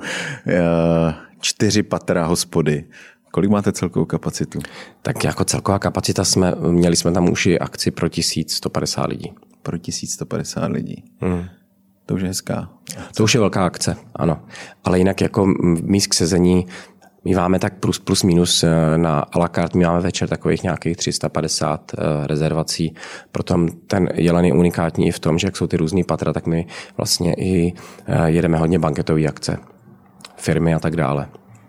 čtyři patra hospody. Kolik máte celkovou kapacitu? Tak jako celková kapacita jsme, měli jsme tam už i akci pro tisíc sto padesát lidí. Pro tisíc sto padesát lidí. Hmm. To už je hezká. To už je velká akce, ano. Ale jinak jako míst k sezení my máme tak plus, plus minus na à la carte, my máme večer takových nějakých tři sta padesát rezervací. Proto ten Jelen je unikátní i v tom, že jak jsou ty různý patra, tak my vlastně i jedeme hodně banketový akce, firmy a tak dále.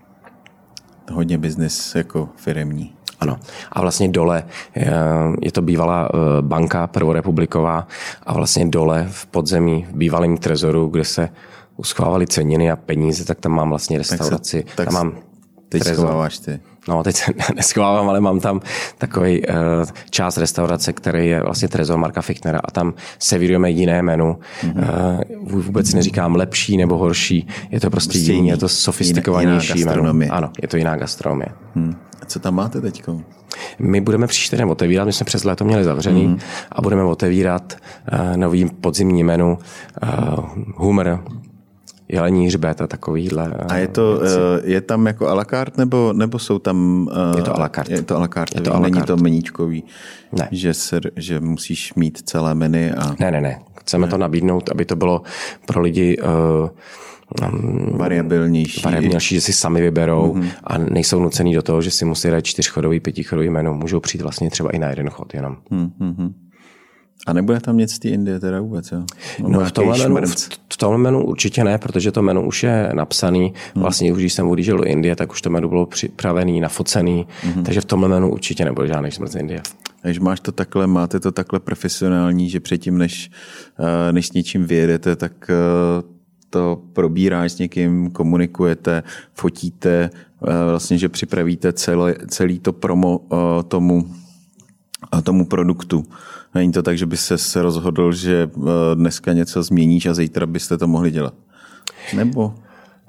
Hodně biznis jako firemní. Ano. A vlastně dole je to bývalá banka prvorepubliková a vlastně dole v podzemí, v bývalém trezoru, kde se uschovávali ceniny a peníze, tak tam mám vlastně restauraci. Tak se, tak tam mám teď schováváš ty. No, teď se neschovávám, ale mám tam takový uh, část restaurace, který je vlastně trezor Marka Fichtnera a tam servírujeme jiné menu. Mm-hmm. Uh, vůbec neříkám lepší nebo horší, je to prostě, prostě jiný, je to sofistikovanější jiná gastronomie. Menu. Ano, je to jiná gastronomie. Hmm. A co tam máte teďko? My budeme příští týden otevírat, my jsme přes léto měli zavřený mm-hmm. a budeme otevírat uh, nový podzimní menu uh, humor, jelení hřbet a takovýhle. A je to, věci. Je tam jako à la carte, nebo, nebo jsou tam... Je to à la carte. Je to à la carte, to není to meníčkový, ne. Že, se, že musíš mít celé menu a... Ne, ne, ne. Chceme ne. to nabídnout, aby to bylo pro lidi... Uh, variabilnější. Variabilnější, že si sami vyberou mm-hmm. a nejsou nucený do toho, že si musí dát čtyřchodový, pětichodový menu. Můžou přijít vlastně třeba i na jeden chod jenom. Mm-hmm. A nebude tam nic z té Indie teda vůbec, jo? No v tomhle, menu, v, v tomhle menu určitě ne, protože to menu už je napsaný. Vlastně hmm. už když jsem odjížděl do Indie, tak už to menu bylo připravený, nafocený, hmm. takže v tomhle menu určitě nebude žádný smrt z Indie. Takže máš to takhle, máte to takhle profesionální, že předtím, než, než s něčím vyjedete, tak to probíráš s někým, komunikujete, fotíte, vlastně, že připravíte celé, celý to promo tomu, tomu produktu. Není to tak, že by se rozhodl, že dneska něco změníš a zítra byste to mohli dělat? Nebo?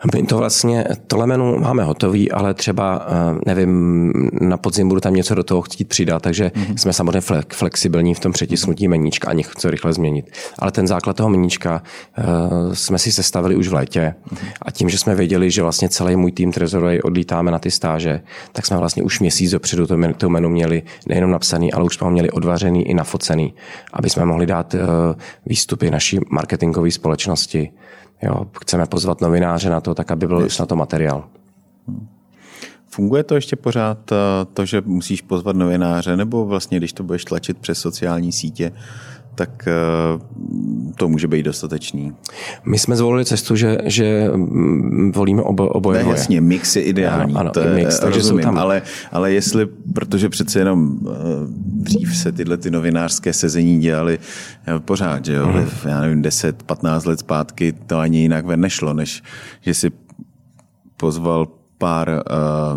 My to vlastně, tohle menu máme hotový, ale třeba, nevím, na podzim budu tam něco do toho chtít přidat, takže mm-hmm. jsme samozřejmě flexibilní v tom přetisknutí meníčka a něco rychle změnit. Ale ten základ toho meníčka uh, jsme si sestavili už v létě mm-hmm. a tím, že jsme věděli, že vlastně celý můj tým Trezorovej odlítáme na ty stáže, tak jsme vlastně už měsíc dopředu to menu, to menu měli nejenom napsaný, ale už jsme ho měli odvařený i nafocený, aby jsme mohli dát uh, výstupy naší marketingové společnosti. Jo, chceme pozvat novináře na to, tak aby byl už na to materiál. Funguje to ještě pořád to, že musíš pozvat novináře, nebo vlastně, když to budeš tlačit přes sociální sítě, tak to může být dostatečný? My jsme zvolili cestu, že, že volíme obo, oboje. Ne, jasně, mix je ideální, ano, ano, to je, mix, takže rozumím, tam... ale, ale jestli, protože přece jenom dřív se tyhle ty novinářské sezení dělaly pořád, že jo, hmm. já nevím, deset patnáct let zpátky to ani jinak ven nešlo, než že si pozval pár uh,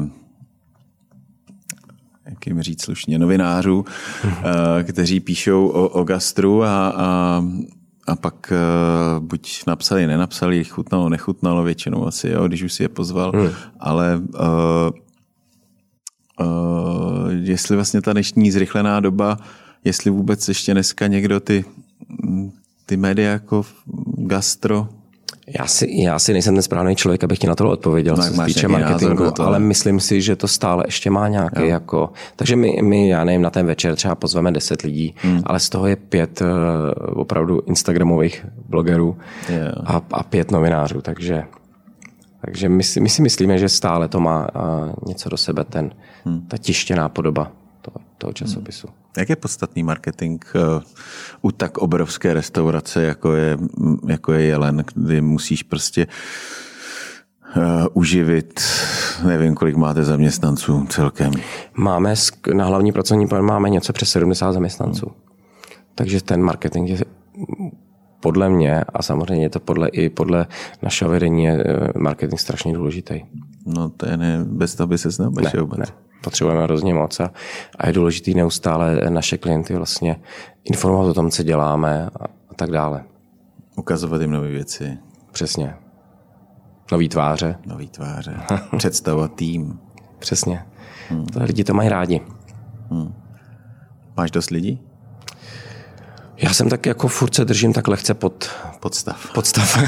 jak jim říct slušně, novinářů, uh, kteří píšou o, o gastru a, a, a pak uh, buď napsali, nenapsali, chutnalo, nechutnalo, většinou asi, jo, když už si je pozval, hmm. ale uh, uh, jestli vlastně ta dnešní zrychlená doba, jestli vůbec ještě dneska někdo ty, ty média jako gastro. Já si, já si nejsem ten správný člověk, abych ti na to odpověděl, no, co se týče marketingu, to, ale myslím si, že to stále ještě má nějaký jo. jako... Takže my, my, já nevím, na ten večer třeba pozveme deset lidí, hmm. ale z toho je pět uh, opravdu instagramových blogerů a, a pět novinářů, takže, takže my, si, my si myslíme, že stále to má uh, něco do sebe, ten, hmm. ta tištěná podoba toho, toho časopisu. Hmm. Jak je podstatný marketing uh, u tak obrovské restaurace, jako je, jako je Jelen, kdy musíš prostě uh, uživit, nevím, kolik máte zaměstnanců celkem? Máme, na hlavní pracovní plán máme něco přes sedmdesát zaměstnanců. Hmm. Takže ten marketing je podle mě, a samozřejmě je to podle, i podle našeho vedení, je marketing strašně důležitý. No to je ne, bez toho by se neobešel vůbec. Ne. Potřebujeme hrozně moc a, a je důležitý neustále naše klienty vlastně informovat o tom, co děláme a, a tak dále. Ukazovat jim nové věci. Přesně. Nový tváře. Nový tváře. Představovat tým. Přesně. Hmm. To lidi to mají rádi. Hmm. Máš dost lidí? Já jsem tak jako furt se držím tak lehce pod... Podstav. Podstav.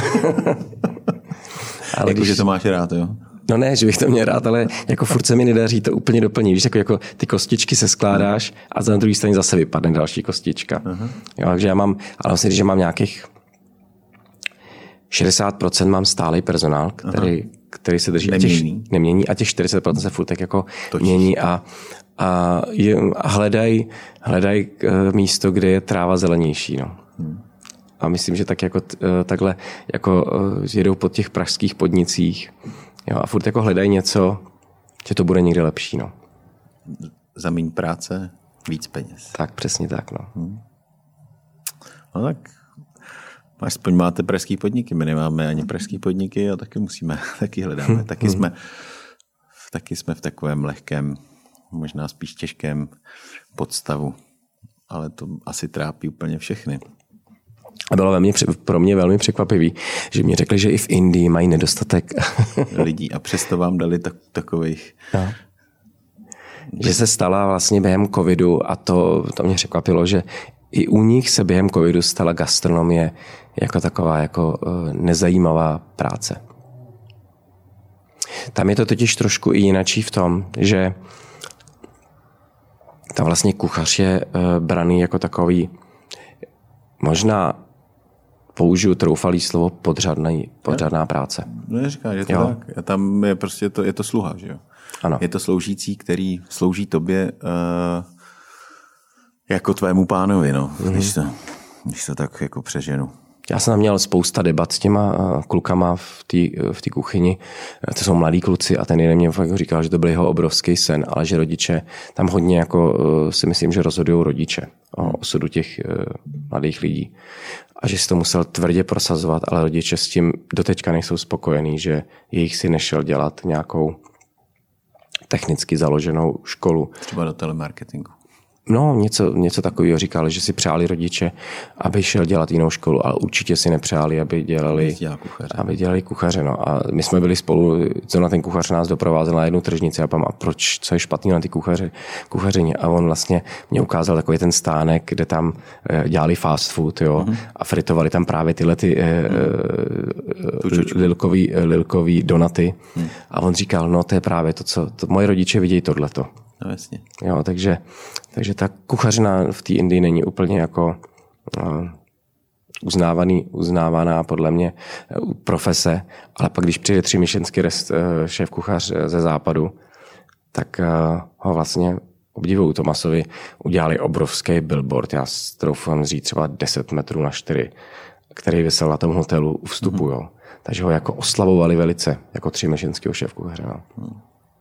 Ale když... že to máš rád, jo? No ne, že bych to měl rád, ale jako furt se mi nedaří to úplně doplnit. Víš, jako, jako ty kostičky se skládáš a za na druhé straně zase vypadne další kostička. Uh-huh. Jo, takže já mám, ale vlastně, že mám nějakých šedesát procent mám stálý personál, který, uh-huh. který se drží. Nemění. A těch, nemění a těch čtyřicet procent se furt tak jako Točíš. mění a, a, a hledají hledaj místo, kde je tráva zelenější. No. Hmm. A myslím, že tak jako takhle jako jedou po těch pražských podnicích. Jo, a furt jako hledají něco, že to bude někde lepší. No. Za míň práce, víc peněz. Tak, přesně tak. No, hmm. no tak aspoň máte pražský podniky, my nemáme ani pražský podniky a taky musíme, taky hledáme. Taky hmm. jsme, taky jsme v takovém lehkém, možná spíš těžkém podstavu. Ale to asi trápí úplně všechny. A bylo mě, pro mě velmi překvapivý, že mi řekli, že i v Indii mají nedostatek lidí a přesto vám dali tak, takových. No. Že se stala vlastně během covidu a to, to mě překvapilo, že i u nich se během covidu stala gastronomie jako taková jako nezajímavá práce. Tam je to totiž trošku i jinačí v tom, že tam vlastně kuchař je braný jako takový možná použiju troufalý slovo podřadný, podřadná práce. No neříká, je to jo. tak. A tam je prostě to, je to sluha, že jo? Ano. Je to sloužící, který slouží tobě uh, jako tvému pánovi, no. Mm-hmm. Když, to, když to tak jako přeženu. Já jsem tam měl spousta debat s těma klukama v té v té kuchyni. To jsou mladí kluci a ten jeden mě říkal, že to byl jeho obrovský sen, ale že rodiče tam hodně jako si myslím, že rozhodují rodiče o osudu těch mladých lidí. A že si to musel tvrdě prosazovat, ale rodiče s tím doteďka nejsou spokojení, že jejich si nešel dělat nějakou technicky založenou školu. Třeba do telemarketingu. No, něco, něco takového říkali, že si přáli rodiče, aby šel dělat jinou školu, ale určitě si nepřáli, aby dělali, aby dělali kuchaře. No. A my jsme byli spolu, co na ten kuchař nás doprovázel na jednu tržnici a pam, a proč, co je špatný na ty kuchaře, kuchařině. A on vlastně mě ukázal takový ten stánek, kde tam dělali fast food, jo, mm-hmm. a fritovali tam právě tyhle ty mm. lilkový, lilkový donaty. Mm. A on říkal, no to je právě to, co to, moje rodiče vidějí tohleto. No, jasně. Jo, takže, takže ta kuchařina v té Indii není úplně jako uh, uznávaný, uznávaná podle mě uh, profese, ale pak když přijde třimyšlenský uh, šéf kuchař ze západu, tak uh, ho vlastně obdivuju Tomasovi, udělali obrovský billboard, já troufám říct třeba deset metrů na čtyři, který vysel na tom hotelu u vstupu. Mm-hmm. Jo. Takže ho jako oslavovali velice, jako třimyšlenského šéf kuchaře. No. Mm.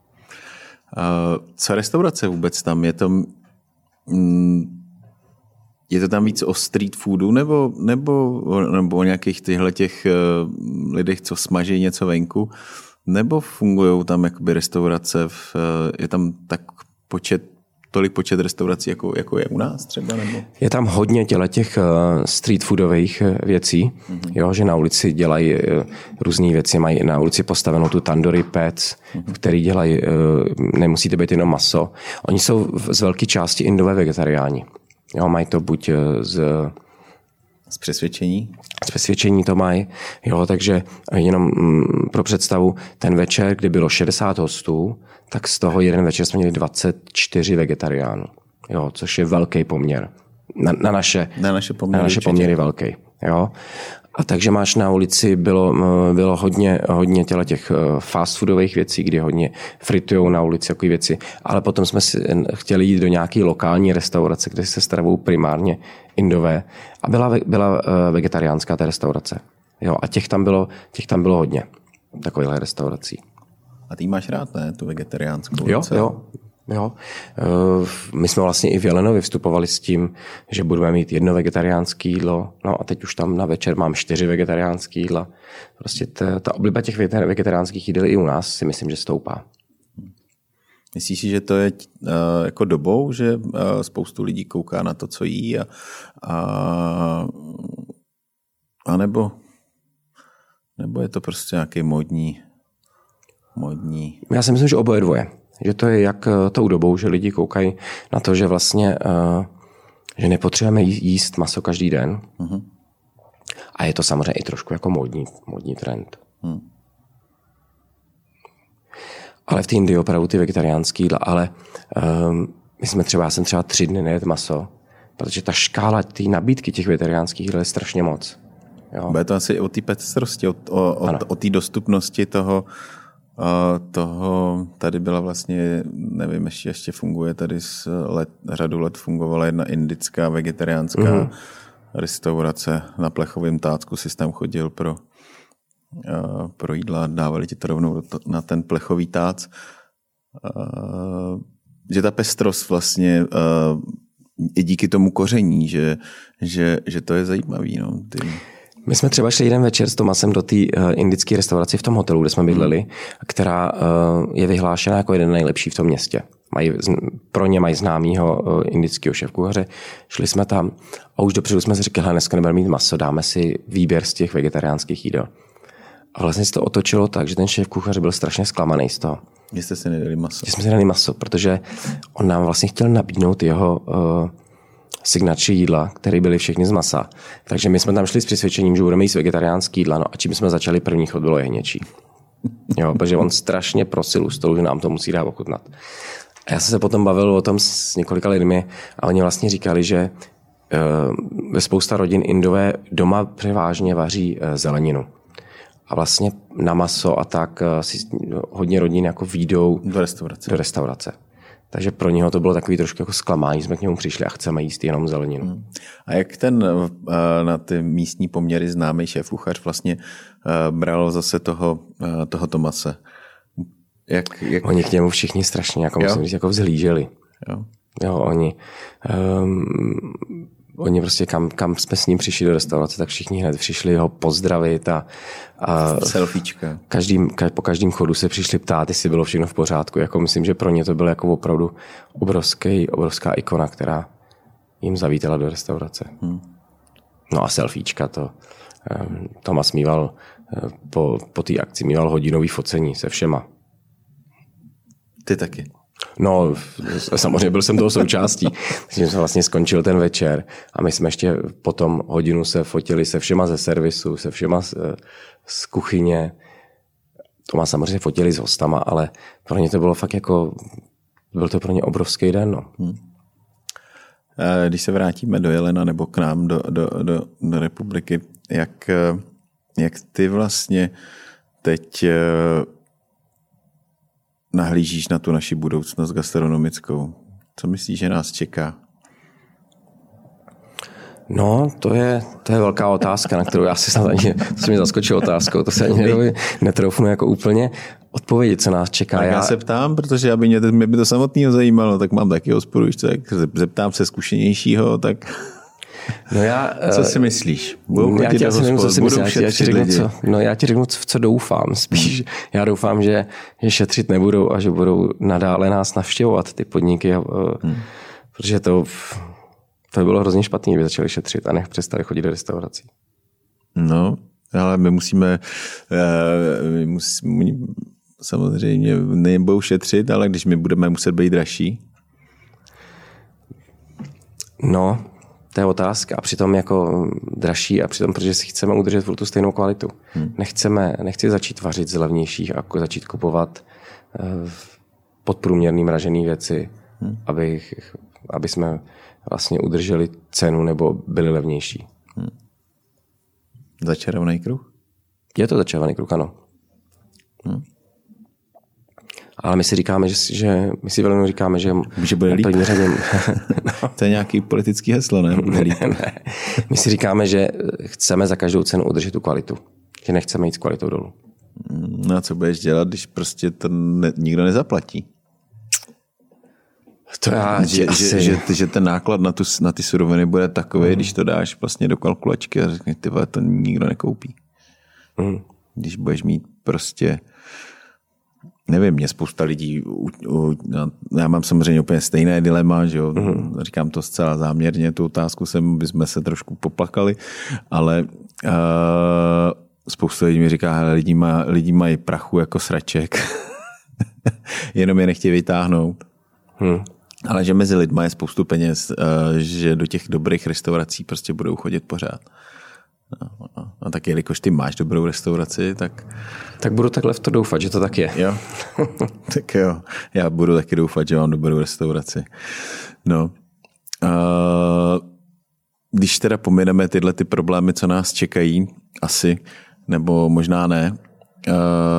Uh, co restaurace vůbec tam? Je to, mm, je to tam víc o street foodu nebo, nebo, nebo o nějakých těchto těch uh, lidech, co smaží něco venku? Nebo fungují tam jakoby restaurace? V, uh, je tam tak počet, tolik počet restaurací, jako, jako je u nás třeba? Nebo? Je tam hodně těch uh, street foodových věcí, mm-hmm. jo, že na ulici dělají uh, různé věci, mají na ulici postavenou tu tandoori pec, mm-hmm. který dělají, uh, nemusí to být jenom maso. Oni jsou z velké části Indové vegetariáni. Jo, mají to buď z... Z přesvědčení? Z přesvědčení to mají, jo, takže jenom pro představu, ten večer, kdy bylo šedesát hostů, tak z toho jeden večer jsme měli dvacet čtyři vegetariánů, jo, což je velký poměr. Na, na naše, na naše poměry, na naše poměry velký, jo. A takže máš na ulici, bylo, bylo hodně, hodně těch fast foodových věcí, kdy hodně fritujou na ulici takové věci, ale potom jsme si chtěli jít do nějaké lokální restaurace, kde se stravují primárně Indové a byla, byla vegetariánská ta restaurace. Jo, a těch tam bylo, těch tam bylo hodně, takovýchhle restaurací. A ty máš rád, ne, tu vegetariánskou? Jo, jo. Jo. My jsme vlastně i v Jelenovi vstupovali s tím, že budeme mít jedno vegetariánské jídlo, no a teď už tam na večer mám čtyři vegetariánské jídla. Prostě ta, ta obliba těch vegetariánských jídel i u nás si myslím, že stoupá. Myslíš si, že to je uh, jako dobou, že uh, spoustu lidí kouká na to, co jí a, a, a nebo, nebo je to prostě nějaký módní, módní... Já si myslím, že oboje dvoje. Že to je jak tou dobou, že lidi koukají na to, že vlastně uh, že nepotřebujeme jíst maso každý den. Uh-huh. A je to samozřejmě i trošku jako módní, módní trend. Uh-huh. Ale v té Indii opravdu ty vegetariánský jídla, ale um, my jsme třeba, já jsem třeba tři dny nejet maso, protože ta škála té nabídky těch vegetariánských jídel je strašně moc. Jo. Bude to asi o té pestrosti, o, o, o té dostupnosti toho, toho, tady byla vlastně, nevím, ještě, ještě funguje, tady z let, řadu let fungovala jedna indická vegetariánská mm-hmm. restaurace na plechovém tácku, si tam chodil pro, uh, pro jídla, dávali ti to rovnou na ten plechový tác. Uh, že ta pestrost vlastně uh, i díky tomu koření, že, že, že to je zajímavý. No, ty... My jsme třeba šli jeden večer s Tomasem do té uh, indické restaurace v tom hotelu, kde jsme bydleli, která uh, je vyhlášena jako jeden nejlepší v tom městě. Mají, pro ně mají známýho uh, indického šéfkuchaře. Šli jsme tam a už dopředu jsme si řekli, dneska nebudeme mít maso, dáme si výběr z těch vegetariánských jídel. A vlastně se to otočilo tak, že ten šéfkuchař byl strašně zklamaný z toho. Že jste si nedali maso. Že jsme si nedali maso, protože on nám vlastně chtěl nabídnout jeho... Uh, signature jídla, které byly všechny z masa. Takže my jsme tam šli s přesvědčením, že budeme jíst vegetariánský jídla, no a čím jsme začali první chod, bylo jehněčí. Jo, protože on strašně prosil u stolu, že nám to musí dát ochutnat. A já jsem se potom bavil o tom s několika lidmi a oni vlastně říkali, že uh, ve spousta rodin Indové doma převážně vaří uh, zeleninu. A vlastně na maso a tak uh, si hodně rodin jako výjdou do restaurace. do restaurace. Takže pro něho to bylo takový trošku jako zklamání, jsme k němu přišli a chceme jíst jenom zeleninu. Hmm. A jak ten na ty místní poměry známý šéfkuchař vlastně bral zase toho, toho Tomase? Jak, jak... Oni k němu všichni strašně, jako musím říct, jako vzhlíželi. Jo. Jo, oni um, oni prostě kam, kam jsme s ním přišli do restaurace, tak všichni hned přišli ho pozdravit a, a selfiečka. Každým, po každém chodu se přišli ptát, jestli bylo všechno v pořádku. Jako myslím, že pro ně to bylo jako opravdu obrovský, obrovská ikona, která jim zavítala do restaurace. Hmm. No a selfiečka, to um, Tomas mýval po, po té akci mýval hodinový focení se všema. Ty taky? No, samozřejmě byl jsem toho součástí. Takže jsem vlastně skončil ten večer a my jsme ještě potom hodinu se fotili se všema ze servisu, se všema z, z kuchyně. To má samozřejmě fotili s hostama, ale pro ně to bylo fakt jako, byl to pro ně obrovský den. No. Hmm. Když se vrátíme do Jelena nebo k nám do, do, do, do republiky, jak, jak ty vlastně teď nahlížíš na tu naši budoucnost gastronomickou? Co myslíš, že nás čeká? No, to je, to je velká otázka, na kterou já si snad ani, to se mi zaskočil otázkou, to se ani nedoví, netroufnu jako úplně odpovědět, co nás čeká. Tak já, já se ptám, protože aby mě, mě by to samotného zajímalo, tak mám taky hospodu, tak zeptám se zkušenějšího, tak... No já, co si myslíš? Budou já ti asi nevím, co si myslím, já, já ti řeknu, co, no já ti řeknu, v co doufám. Spíš hmm. já doufám, že, že šetřit nebudou a že budou nadále nás navštěvovat ty podniky, hmm. protože to, to by bylo hrozně špatný, kdyby začali šetřit a nech přestali chodit do restaurací. No, ale my musíme, my musíme samozřejmě nebudou šetřit, ale když my budeme muset být dražší. No, to je otázka. A přitom jako dražší a přitom, protože si chceme udržet furt tu stejnou kvalitu. Hmm. Nechceme, nechci začít vařit z levnějších a začít kupovat uh, podprůměrný mražený věci, hmm. aby, aby jsme vlastně udrželi cenu nebo byli levnější. Hmm. Začarovaný kruh? Je to začarovaný kruh, ano. Hmm. Ale my si říkáme, že, že my si velmi říkáme, že, že bude líp. Řadě, no. To je nějaký politický heslo, ne? Bude líp. Ne. My si říkáme, že chceme za každou cenu udržet tu kvalitu. Že nechceme jít s kvalitou dolů. No a co budeš dělat, když prostě to ne, nikdo nezaplatí? To já že, asi... že, že, že ten náklad na, tu, na ty suroviny bude takový, mm. když to dáš vlastně do kalkulačky a řekneš, ty vole, to nikdo nekoupí. Mm. Když budeš mít prostě nevím, mě spousta lidí, u, u, já mám samozřejmě úplně stejné dilema, že jo, mm-hmm. říkám to zcela záměrně, tu otázku jsem, bychom se trošku poplakali, ale uh, spousta lidí mi říká, hele, lidi, má, lidi mají prachu jako sraček, jenom je nechtějí vytáhnout. Hmm. Ale že mezi lidma je spoustu peněz, uh, že do těch dobrých restaurací prostě budou chodit pořád. No, no. A tak jelikož ty máš dobrou restauraci, tak... Tak budu takhle v to doufat, že to tak je. Jo, tak jo. Já budu taky doufat, že mám dobrou restauraci. No. Uh, když teda pomineme tyhle ty problémy, co nás čekají, asi, nebo možná ne, uh,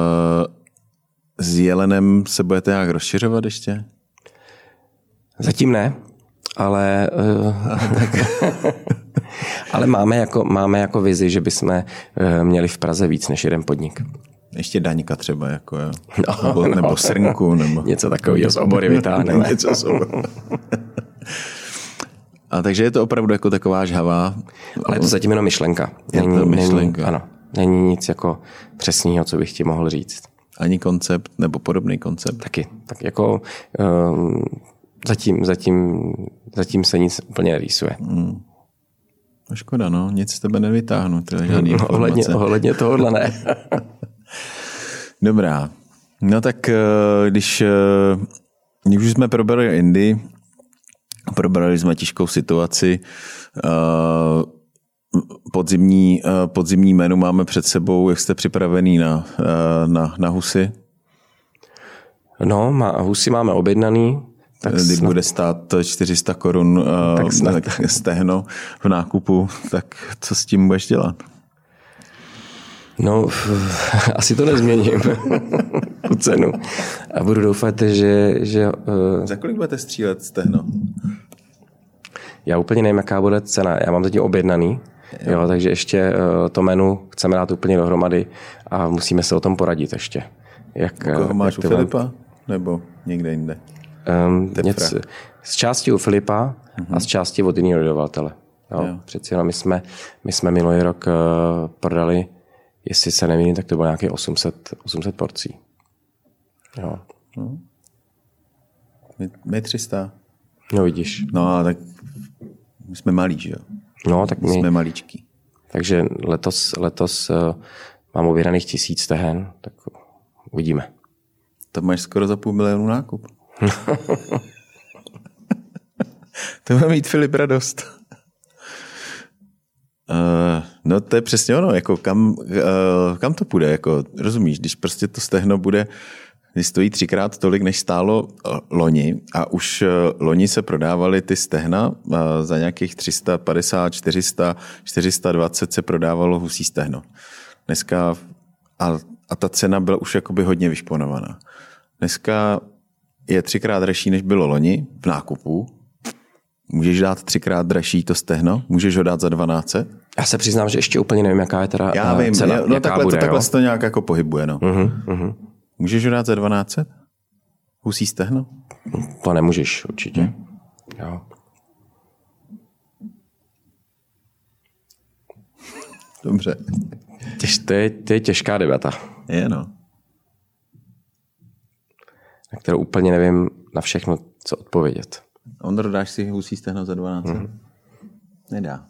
s Jelenem se budete nějak rozšiřovat ještě? Zatím ne, ale... Uh, tak... Ale máme jako, máme jako vizi, že bychom měli v Praze víc než jeden podnik. Ještě Daňka třeba, jako, jo. No, nebo, no, nebo Srnku. Nebo... Něco takového z obory vytáhneme. Něco z obory. A takže je to opravdu jako taková žhavá. Ale je to zatím jenom myšlenka. Je není, to myšlenka. Není, ano, není nic jako přesného, co bych ti mohl říct. Ani koncept, nebo podobný koncept? Taky. Tak jako um, zatím, zatím, zatím se nic úplně nerýsuje. Hmm. No škoda, no. Nic z tebe nevytáhnu. Tyhle žádný informace. Ohledně, ohledně tohohle ne. Dobrá. No tak když, když už jsme probrali Indii, probrali jsme těžkou situaci, podzimní, podzimní menu máme před sebou, jak jste připravený na, na, na husy? No, má, husy máme objednaný. Tak kdy snad bude stát čtyři sta korun uh, stehno v nákupu, tak co s tím budeš dělat? No, asi to nezměním, tu cenu. A budu doufat, že... že uh, Za kolik budete střílet stehno? Já úplně nevím, jaká bude cena. Já mám zatím objednaný, jo. Jo, takže ještě uh, to menu chceme dát úplně dohromady a musíme se o tom poradit ještě. Jak, u koho máš, jak u Filipa? Mám... Nebo někde jinde? Um, něco, z části u Filipa uh-huh. a z části od jiného dodavatele. Jo. Jo. Přeci jenom my jsme, my jsme minulý rok uh, prodali, jestli se nemýlím, tak to bylo nějakých osm set, osm set porcí. Jo. Hmm. My, my tři sta. No vidíš. No, tak my jsme malí, že jo? No, tak my, my jsme malíčky. Takže letos, letos uh, mám objednaných tisíc stehen, tak uvidíme. To máš skoro za půl milionu nákup. To bude mít Filip radost. Uh, no to je přesně ono, jako kam, uh, kam to půjde, jako rozumíš, když prostě to stehno bude, když stojí třikrát tolik, než stálo uh, loni a už uh, loni se prodávaly ty stehna, uh, za nějakých tři sta padesát, čtyři sta, čtyři sta dvacet se prodávalo husí stehno. Dneska a, a ta cena byla už jakoby hodně vyšponovaná. Dneska je třikrát dražší, než bylo loni v nákupu. Můžeš dát třikrát dražší to stehno? Můžeš ho dát za dvanáct set? Já se přiznám, že ještě úplně nevím, jaká je teda Já vím, cena. Já, no takhle, bude, to, takhle se to nějak jako pohybuje. No. Uh-huh, uh-huh. Můžeš ho dát za dvanáct set? Husí stehno? To nemůžeš určitě. Hmm. Jo. Dobře. Těž, to, je, to je těžká debata. Je, no. Na kterou úplně nevím na všechno, co odpovědět. Ondro, dáš si husí stehno za dvanáct set? Hmm. Nedá.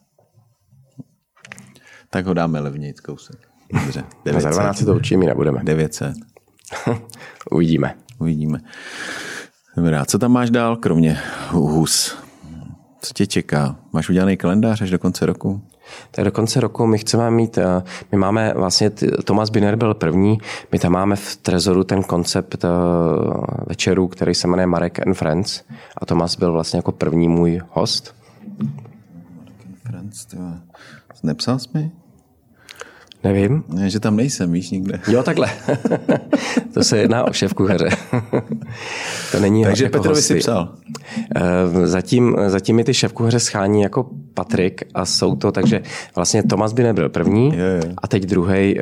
Tak ho dáme levnějc kousek. Dobře. No za dvanáct set to určitě my nebudeme. devět set. Uvidíme. Uvidíme. Dobrá, co tam máš dál, kromě hus? Co tě čeká? Máš udělaný kalendář až do konce roku? Tak do konce roku my chceme mít, my máme vlastně, Thomas Biner byl první, my tam máme v Trezoru ten koncept večerů, který se jmenuje Marek and Friends a Thomas byl vlastně jako první můj host. Marek and Friends, tyhle. Nepsal jsi mi? Nevím. Ne, že tam nejsem, víš, nikde. Jo, takhle. To se jedná o šéfkuchaře. To není Takže jako Petrovi hosty. si psal. Zatím, zatím mi ty šéfkuchaře schání jako Patrik a jsou to, takže vlastně Thomas by nebyl první je, je. a teď druhej uh,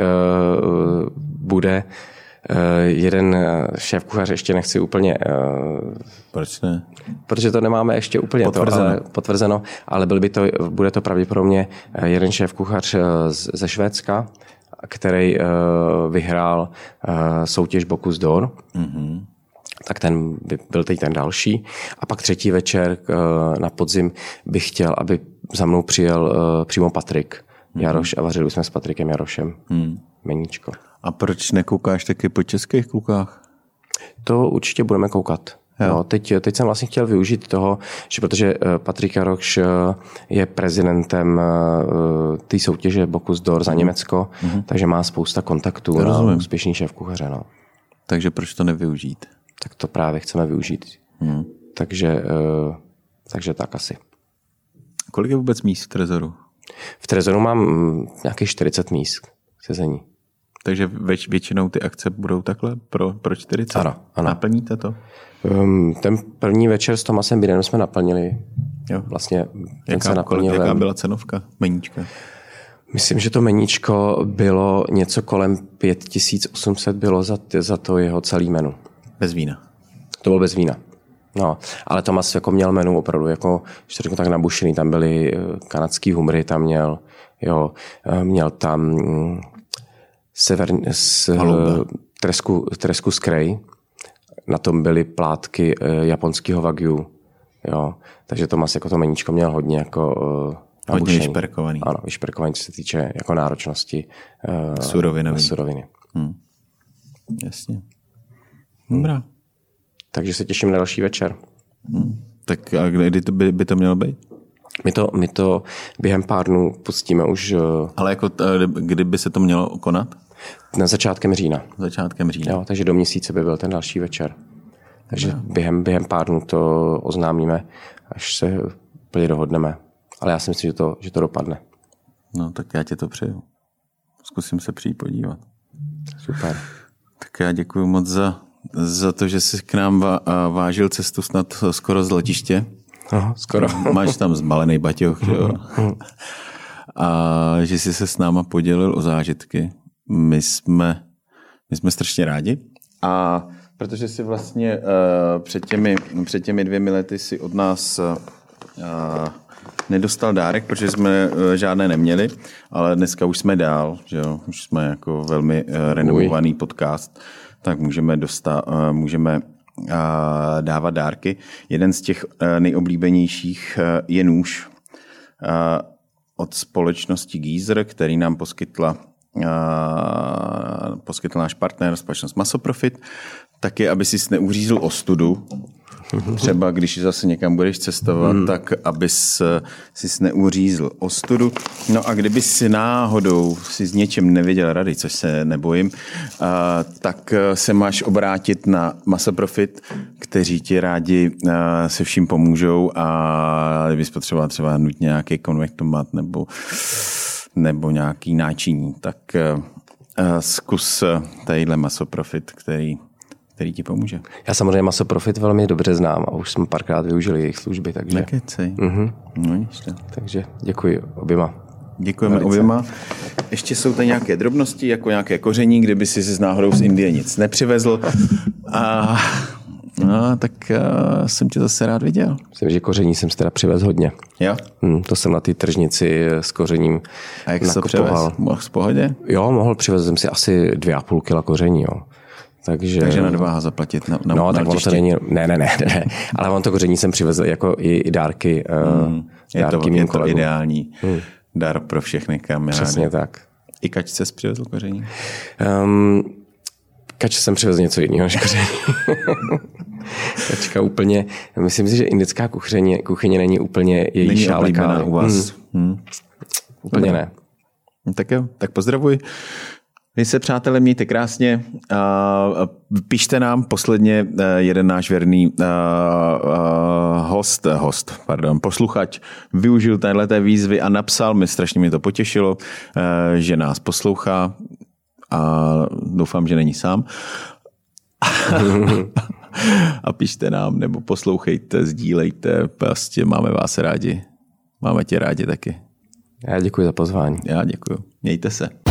bude uh, jeden šéfkuchař, ještě nechci úplně... Uh, Proč ne? Protože to nemáme ještě úplně potvrzeno. To, ale, potvrzeno, ale byl by to, bude to pravděpodobně jeden šéfkuchař ze Švédska, který uh, vyhrál uh, soutěž Bocuse d'Or. Mm-hmm. Tak ten by byl teď ten další. A pak třetí večer uh, na podzim bych chtěl, aby za mnou přijel uh, přímo Patrik mm-hmm. Jaroš a vařili jsme s Patrikem Jarošem. Mm. Meníčko. A proč nekoukáš taky po českých klukách? To určitě budeme koukat. No, teď, teď jsem vlastně chtěl využít toho, že protože Patrik Jaroš je prezidentem té soutěže Bocuse d'Or za Německo, mm-hmm. takže má spousta kontaktů to na rozumím. Úspěšný šéfkuchaře. No. Takže proč to nevyužít? Tak to právě chceme využít. Mm. Takže, takže tak asi. Kolik je vůbec míst v Trezoru? V Trezoru mám nějakých čtyřicet míst k sezení. Takže věč, většinou ty akce budou takhle pro, pro čtyřicet? Ano, ano. Naplníte to? Um, ten první večer s Tomasem Binenem jsme naplnili. Jo. Vlastně jaká, se naplnil. Jaká byla cenovka, meníčka? Myslím, že to meníčko bylo něco kolem pět tisíc osm set bylo za, za to jeho celý menu. Bez vína? To bylo bez vína. No, ale Tomas jako měl menu opravdu, jako, že to řeknu tak nabušený. Tam byly kanadský humry, tam měl, jo, měl tam sever, s, tresku, tresku z Krej. Na tom byly plátky japonského wagyu. Jo. Takže Tomas jako to meníčko měl hodně jako nabušený. Hodně vyšperkovaný. Ano, vyšperkovaný, co se týče jako náročnosti suroviny. suroviny. Hmm. Jasně. Dobrá. Takže se těším na další večer. Hmm. Tak a kdy to by, by to mělo být? My to, my to během pár dnů pustíme už... Ale jako kdyby se to mělo konat? Na začátkem října. Začátkem října. Jo, takže do měsíce by byl ten další večer. Takže no. během, během pár dnů to oznámíme, až se úplně dohodneme. Ale já si myslím, že to, že to dopadne. No, tak já tě to přeju. Zkusím se přijít podívat. Super. Tak já děkuji moc za, za to, že jsi k nám vážil cestu snad skoro z letiště. Aha, skoro. Máš tam zbalený baťoch, jo. A že jsi se s náma podělil o zážitky. My jsme, my jsme strašně rádi. A protože si vlastně uh, před, těmi, před těmi dvěmi lety si od nás uh, nedostal dárek, protože jsme žádné neměli, ale dneska už jsme dál, že jo? Už jsme jako velmi renomovaný podcast, tak můžeme, dostat, můžeme dávat dárky. Jeden z těch nejoblíbenějších je nůž od společnosti Geezer, který nám poskytla poskytl náš partner, společnost Masoprofit, taky, aby si neuřízl ostudu. Třeba když zase někam budeš cestovat, hmm. tak abys si neuřízl ostudu. No a kdyby si náhodou si s něčem nevěděl rady, což se nebojím, tak se máš obrátit na Masoprofit, kteří ti rádi se vším pomůžou a kdybys potřeboval třeba nutně nějaký konvektomat nebo nebo nějaký náčiní, tak uh, zkus tadyhle Masoprofit, který, který ti pomůže. Já samozřejmě Masoprofit velmi dobře znám a už jsme párkrát využili jejich služby, takže... Nekecej. Uh-huh. No, ještě. Takže děkuji oběma. Děkujeme Velice. oběma. Ještě jsou tady nějaké drobnosti, jako nějaké koření, kdyby si z náhodou z Indie nic nepřivezl. A... No, tak uh, jsem tě zase rád viděl. Myslím, že koření jsem si teda přivez hodně. Jo? Hmm, to jsem na té tržnici s kořením A jak jsi to přivez? Mohl v pohodě? Jo, mohl. Přivez jsem si asi dvě a půl kila koření, jo. Takže, Takže nadváha zaplatit na, na No, na tak ono to není... Ne, ne, ne, ne. Ale on to koření jsem přivezl jako i, i dárky, hmm. Je dárky to, mým je to kolegům. ideální hmm. dar pro všechny kamarády. Přesně tak. I kačce jsi přivezl koření? Um, kačce jsem přivezl něco jiného než koření. Kačka úplně, myslím si, že indická kuchyně, kuchyně není úplně její není šálka. u vás. Hmm. Hmm. Úplně ne. Tak jo, tak pozdravuj. Vy se, přátelé, mějte krásně. Píšte nám posledně jeden náš věrný host, host, pardon, posluchač využil téhleté výzvy a napsal, mi strašně mě to potěšilo, že nás poslouchá a doufám, že není sám. A píšte nám, nebo poslouchejte, sdílejte, prostě máme vás rádi. Máme tě rádi taky. Já děkuji za pozvání. Já děkuji. Mějte se.